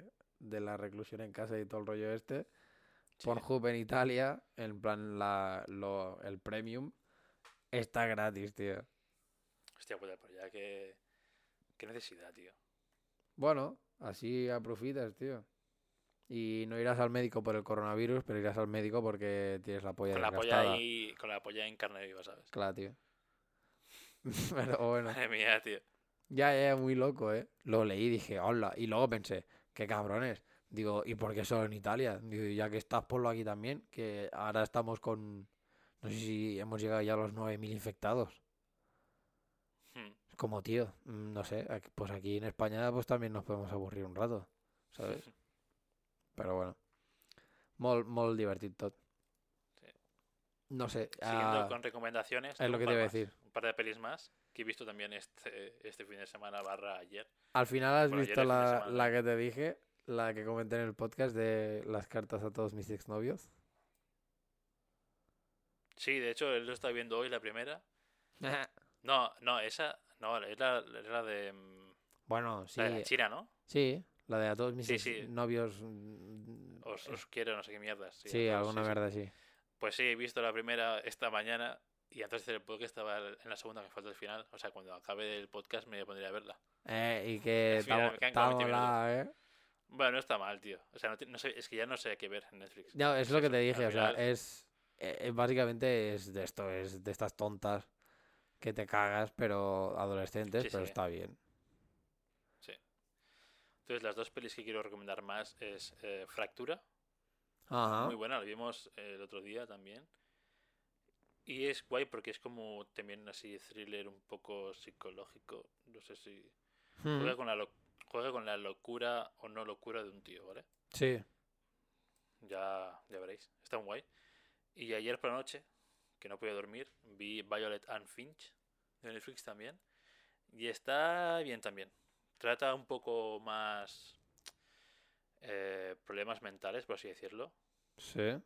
de la reclusión en casa y todo el rollo este.
Sí.
Pornhub en Italia, en plan la, lo, el premium, está gratis, tío.
Hostia puta, pero ya que... ¿Qué necesidad, tío?
Bueno, así aprofitas, tío. Y no irás al médico por el coronavirus, pero irás al médico porque tienes la polla
Con la polla
desgastada.
ahí... Con la polla en carne viva, ¿sabes?
Claro, tío. Pero bueno.
Madre mía, tío.
Ya, ya, muy loco, ¿eh? Lo leí y dije, hola. Y luego pensé, qué cabrones. Digo, ¿y por qué solo en Italia? Digo, ya que estás, ponlo aquí también, que ahora estamos con... No sé si hemos llegado ya a los nueve mil infectados.
Hmm.
Es como, tío, mm, no sé, aquí- pues aquí en España pues también nos podemos aburrir un rato, ¿sabes? Pero bueno, molt, molt divertit tot.
Sí.
No sé,
Siguiendo
ah,
con recomendaciones,
es
tengo
lo
un
que te
par
iba a
más.
decir.
Un par de pelis más que he visto también este, este fin de semana barra ayer.
Al final has
Bueno, ayer
visto
el fin de
la,
semana
la
también.
que te dije, la que comenté en el podcast de las cartas a todos mis exnovios.
Sí, de hecho, él lo está viendo hoy, la primera. No, no, esa... No, es la, es la de... mm,
Bueno,
La de la
sí,
China, ¿no?
sí, la de a todos mis
Sí, sí.
exnovios. mm,
Os,
es-
os quiero, no sé qué mierdas. Sí, a
Sí,
todos,
alguna
sí, sí.
verdad, sí.
Pues sí, he visto la primera esta mañana y antes de hacer el podcast estaba en la segunda, que falta el final. O sea, cuando acabe el podcast me pondré a verla.
Eh, y
El
que
final, me quedan como
está
veinte minutos.
molada, ¿eh?
Bueno, no está mal, tío. O sea, no, ti- no sé, es que ya no sé qué ver en Netflix.
No, es
Es
lo que
eso.
te
Al
dije, o sea,
final,
es... eh, básicamente es de esto, es de estas tontas que te cagas, pero adolescentes,
sí,
pero
sí,
está bien.
sí. Entonces, las dos pelis que quiero recomendar más es eh, Fractura.
Ajá.
Muy buena, la vimos eh, el otro día también. Y es guay porque es como también así thriller un poco psicológico. No sé si...
Mm,
Juega con la, lo- juega con la locura o no locura de un tío, ¿vale?
sí.
Ya, ya veréis. Está muy guay. Y ayer por la noche, que no podía dormir, vi Violet and Finch de Netflix también. Y está bien también. Trata un poco más eh, problemas mentales, por así decirlo.
Sí.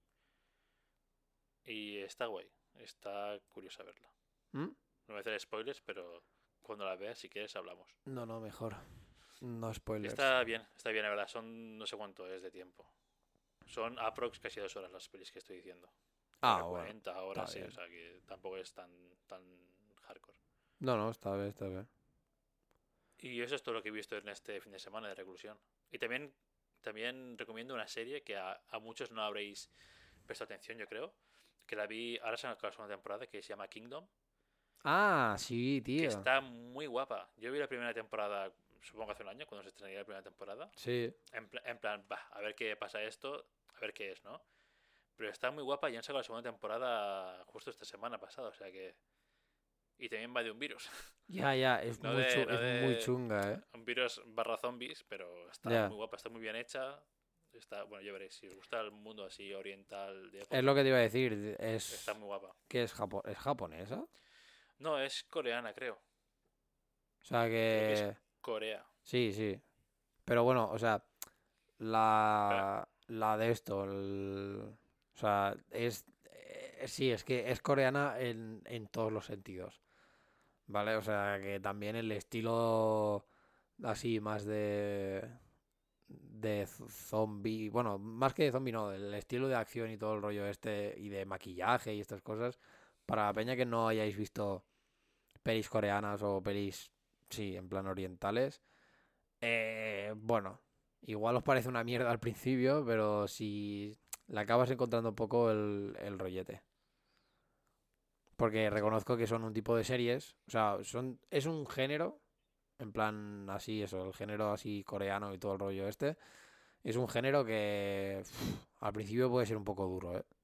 Y está guay. Está curiosa verla.
¿Mm?
No voy a hacer spoilers, pero cuando la veas, si quieres, hablamos.
No, no, mejor. No spoilers.
Está bien, está bien, la verdad. Son no sé cuánto es de tiempo. Son aprox casi dos horas las pelis que estoy diciendo.
Ah,
Hora
bueno.
cuarenta horas,
está
sí,
bien.
o sea que tampoco es tan, tan hardcore.
No, no, está bien, está bien.
Y eso es todo lo que he visto en este fin de semana de reclusión. Y también, también recomiendo una serie que a, a muchos no habréis prestado atención, yo creo. Que la vi, ahora se ha acabado la segunda temporada, que se llama Kingdom.
Ah, sí,
Que
tío.
está muy guapa. Yo vi la primera temporada, supongo que hace un año, cuando se estrenaría la primera temporada.
Sí.
En, pla- en plan, va, a ver qué pasa esto, a ver qué es, ¿no? Pero está muy guapa y han sacado la segunda temporada justo esta semana pasada, o sea que... Y también va de un virus.
Ya, ya, es,
No
muy,
de,
chu-
no
es muy
de
chunga, ¿eh?
un virus barra zombies, pero está
Ya.
muy guapa, está muy bien hecha. Está, bueno, ya veréis, si os gusta el mundo así oriental de
Es
época,
lo que te iba a decir. Es...
está muy guapa.
¿Qué es Japo- ¿Es japonesa?
No, es coreana, creo.
O sea
Creo que es
que...
Corea.
Sí, sí. Pero bueno, o sea, la, la de esto, el- o sea, es, eh, sí, es que es coreana en, en todos los sentidos, ¿vale? O sea, que también el estilo así más de, de z- zombie, bueno, más que de zombie, no, el estilo de acción y todo el rollo este y de maquillaje y estas cosas, para la peña que no hayáis visto pelis coreanas o pelis, sí, en plan orientales. Eh, bueno, igual os parece una mierda al principio, pero si le acabas encontrando un poco el, el rollete. Porque
Sí.
reconozco que son un tipo de series, o sea, son, es un género, en plan así, eso, el género así coreano y todo el rollo este, es un género que uf, al principio puede ser un poco duro, ¿eh?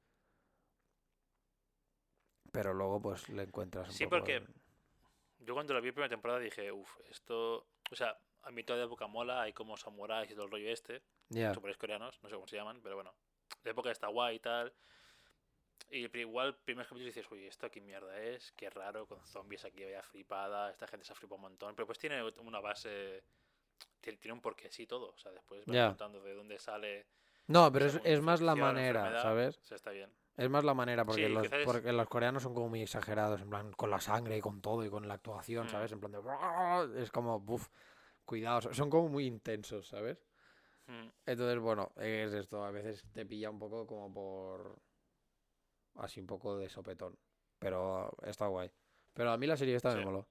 Pero luego pues le encuentras un
Sí,
poco
porque
el...
yo cuando la vi primera temporada dije, uff, esto... O sea, a mí toda la época mola, hay como samuráis y todo el rollo este.
Ya,
Samuráis coreanos, no sé cómo se llaman, pero bueno. La época está guay y tal. Y pri- igual, primeros capítulos dices, uy, ¿esto qué mierda es? Qué raro, con zombies aquí, vaya flipada. Esta gente se ha flipado un montón. Pero pues tiene una base... Tiene tiene un porqué, sí, todo. O sea, después vas
ya.
contando de dónde sale
No, pero
esa
es,
como
es más la
infección,
manera,
enfermedad.
¿sabes?
O sea, está bien.
Es más la manera, porque
Sí,
los,
quizás es...
porque los coreanos son como muy exagerados, en plan, con la sangre y con todo y con la actuación,
Mm,
¿sabes? En plan de... Es como, buf, cuidado, son como muy intensos, ¿sabes?
Mm.
Entonces, bueno, es esto. A veces te pilla un poco como por... Así un poco de sopetón. Pero está guay. Pero a mí la serie esta me
Sí.
moló.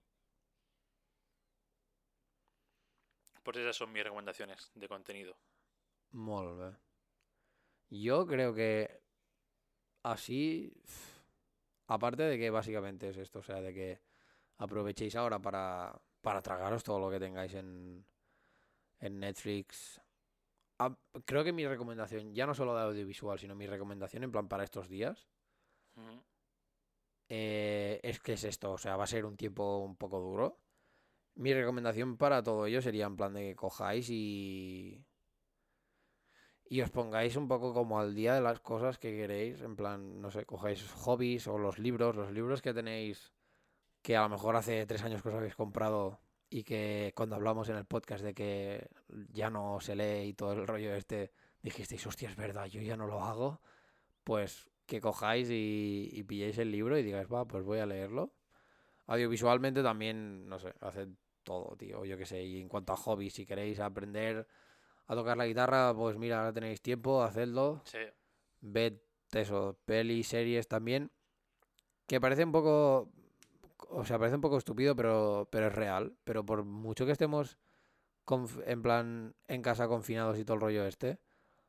Pues esas son mis recomendaciones de contenido.
Molt bé. Yo creo que así... Aparte de que básicamente es esto, o sea, de que aprovechéis ahora para, para tragaros todo lo que tengáis en, en Netflix. Ah, creo que mi recomendación, ya no solo de audiovisual, sino mi recomendación en plan para estos días,
Mm.
eh, es que es esto, o sea, va a ser un tiempo un poco duro. Mi recomendación para todo ello sería en plan de que cojáis y, y os pongáis un poco como al día de las cosas que queréis, en plan, no sé, cojáis hobbies o los libros, los libros que tenéis que a lo mejor hace tres años que os habéis comprado y que cuando hablamos en el podcast de que ya no se lee y todo el rollo este, dijisteis, hostia, es verdad, yo ya no lo hago, pues que cojáis y, y pilléis el libro y digáis, va, pues voy a leerlo. Audiovisualmente también, no sé, haced todo, tío, yo qué sé. Y en cuanto a hobbies, si queréis aprender a tocar la guitarra, pues mira, ahora tenéis tiempo, hacedlo.
Sí.
Ved eso, pelis, series también, que parece un poco, o sea, parece un poco estúpido, pero, pero es real. Pero por mucho que estemos conf- en plan en casa confinados y todo el rollo este,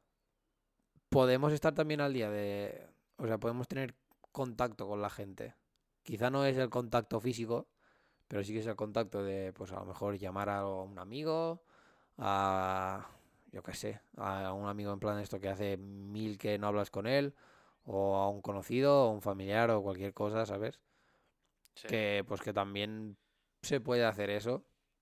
podemos estar también al día de, o sea, podemos tener contacto con la gente. Quizá no es el contacto físico, pero sí que es el contacto de, pues a lo mejor llamar a un amigo, a, yo qué sé, a un amigo en plan esto que hace mil que no hablas con él, o a un conocido, o un familiar, o cualquier cosa, ¿sabes?
Sí.
Que pues que también se puede hacer eso.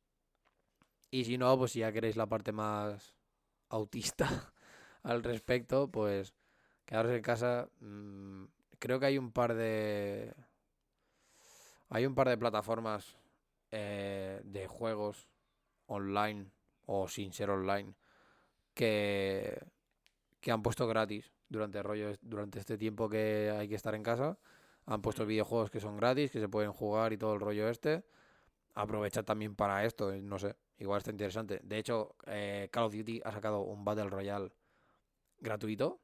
Y si no, pues si ya queréis la parte más autista al respecto, pues quedaros en casa. mm, creo que hay un par de... Hay un par de plataformas eh, de juegos online o sin ser online que, que han puesto gratis durante el rollo, durante este tiempo que hay que estar en casa. Han puesto
Mm.
videojuegos que son gratis, que se pueden jugar y todo el rollo este. Aprovecha también para esto, eh, no sé, igual está interesante. De hecho, eh, Call of Duty ha sacado un Battle Royale gratuito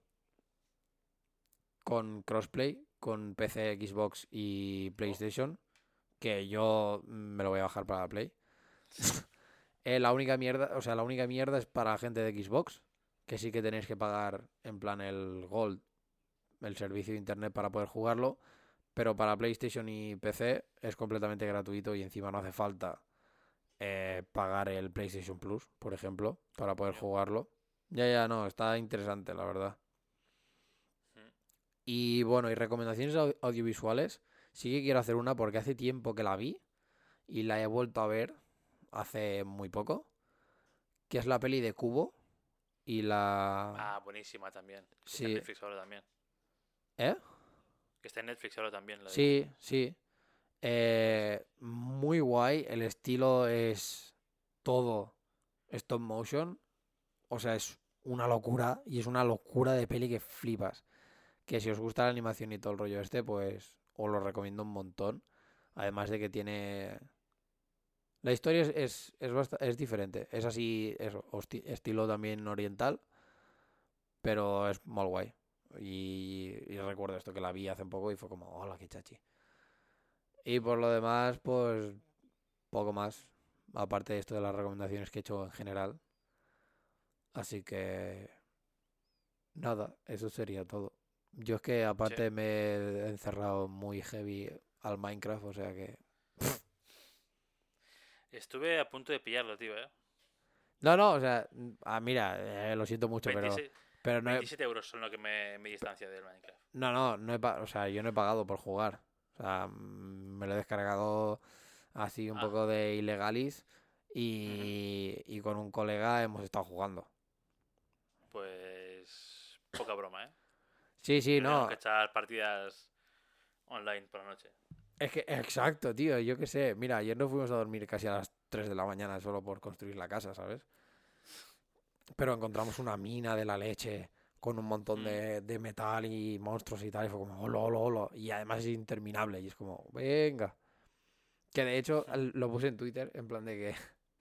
con crossplay, con P C, Xbox y
Oh.
PlayStation, que yo me lo voy a bajar para la Play. Eh, la única mierda, o sea, la única mierda es para la gente de Xbox, que sí que tenéis que pagar en plan el Gold, el servicio de internet para poder jugarlo, pero para PlayStation y P C es completamente gratuito y encima no hace falta eh, pagar el PlayStation Plus, por ejemplo, para poder
Coño.
jugarlo. Ya, ya, no, está interesante, la verdad.
Mm.
Y bueno, y recomendaciones au- audiovisuales, sí que quiero hacer una porque hace tiempo que la vi y la he vuelto a ver hace muy poco, que es la peli de Cubo y la...
Ah, buenísima también. Que está en
Sí,
Netflix ahora también.
¿eh?
Que está en Netflix ahora también, la de
Sí,
Cubo.
sí.
Buenísima.
Eh, muy guay, el estilo es todo stop motion, o sea, es una locura y es una locura de peli que flipas. Que si os gusta la animación y todo el rollo este, pues os lo recomiendo un montón. Además de que tiene... La historia es, es, es, bast- es diferente, es así, eso, hosti- estilo también oriental, pero es muy guay. Y, y recuerdo esto que la vi hace un poco y fue como, hola, qué chachi. Y por lo demás, pues poco más. Aparte de esto de las recomendaciones que he hecho en general. Así que nada, eso sería todo. Yo es que
Sí.
aparte me he encerrado muy heavy al Minecraft, o sea que...
Estuve a punto de pillarlo, tío, ¿eh?
No, no, o sea, ah, mira, eh, lo siento mucho, pero,
veintiséis,
pero no he,
veintisiete euros son lo que me, me distancia del Minecraft.
no, no, no he, pa- o sea, yo no he pagado por jugar. O sea, mm, me lo he descargado así un
Ah.
poco de ilegalis
Ujú.
y, y con un colega hemos estado jugando.
Pues... Poca broma, ¿eh?
Sí, sí,
Tendríamos que
no.
echar partidas online por la noche.
Es que, exacto, tío, yo qué sé. Mira, ayer nos fuimos a dormir casi a las tres de la mañana solo por construir la casa, ¿sabes? Pero encontramos una mina de la leche con un montón
Mm.
de, de metal y monstruos y tal. Y fue como, hola, hola, hola. Y además es interminable. Y es como, venga. Que de hecho al- lo puse en Twitter en plan de que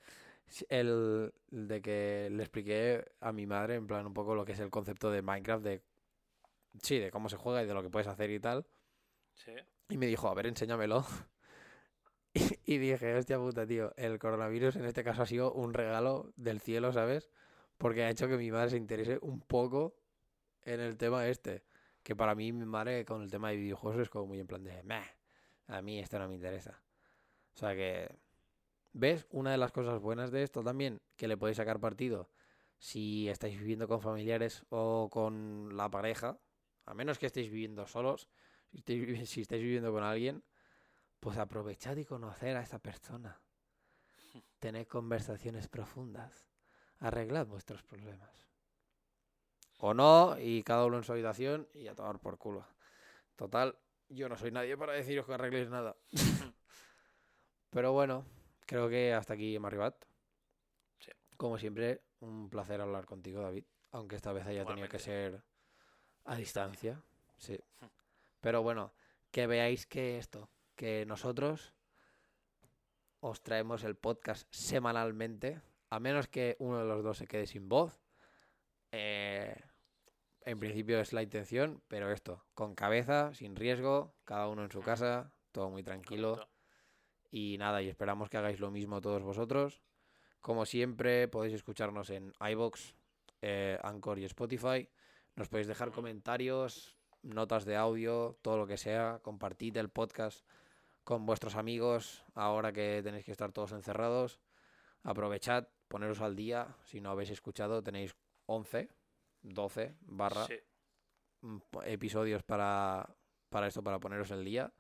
Sí, El de que le expliqué a mi madre en plan un poco lo que es el concepto de Minecraft, de sí, de cómo se juega y de lo que puedes hacer y tal.
Sí.
Y me dijo, a ver, enséñamelo. Y dije, hostia puta, tío, el coronavirus en este caso ha sido un regalo del cielo, ¿sabes? Porque ha hecho que mi madre se interese un poco en el tema este. Que para mí, mi madre con el tema de videojuegos es como muy en plan de, meh, a mí esto no me interesa. O sea que, ¿ves? Una de las cosas buenas de esto también, que le podéis sacar partido si estáis viviendo con familiares o con la pareja, a menos que estéis viviendo solos, si estáis, vivi- si estáis viviendo con alguien, pues aprovechad y conocer a esa persona. Tened conversaciones profundas. Arreglad vuestros problemas. O no, y cada uno en su habitación y a tomar por culo. Total, yo no soy nadie para deciros que arregléis nada. Pero bueno, creo que hasta aquí hemos arribado.
Sí.
Como siempre, un placer hablar contigo, David. Aunque esta vez haya tenido que
Igualmente.
ser a
A distancia.
distancia. Sí. Pero bueno, que veáis que esto, que nosotros os traemos el podcast semanalmente, a menos que uno de los dos se quede sin voz. Eh, en
Sí.
principio es la intención, pero esto, con cabeza, sin riesgo, cada uno en su
Ujú.
casa, todo muy tranquilo.
Correcto.
Y nada, y esperamos que hagáis lo mismo todos vosotros. Como siempre, podéis escucharnos en iVoox, eh, Anchor y Spotify. Nos podéis dejar
Ujú.
comentarios, notas de audio, todo lo que sea. Compartid el podcast con vuestros amigos ahora que tenéis que estar todos encerrados. Aprovechad, poneros al día. Si no habéis escuchado, tenéis once, doce barra
Sí.
mm, episodios para, para esto, para poneros el día.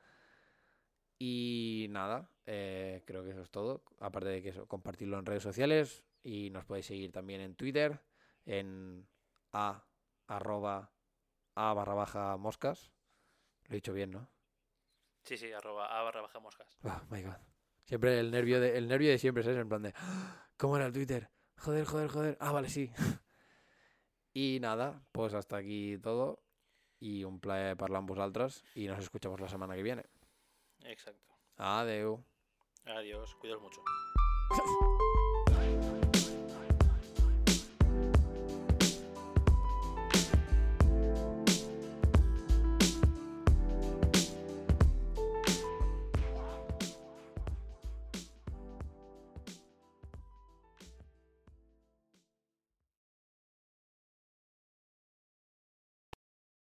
Y nada, eh, creo que eso es todo. Aparte de que eso, compartirlo en redes sociales. Y nos podéis seguir también en Twitter, en a arroba a barra baja moscas. Lo he dicho bien, ¿no?
Sí, sí, arroba a barra baja moscas.
Oh my god. Siempre el nervio de, el nervio de siempre es ese, en plan de, "Ah, ¿cómo era el Twitter? Joder, joder, joder. Ah, vale, sí. Y nada, pues hasta aquí todo. Y un plaer parlar amb vosaltres. Y nos escuchamos la semana que viene.
Exacto.
Adeu.
Adiós. Cuidaos mucho.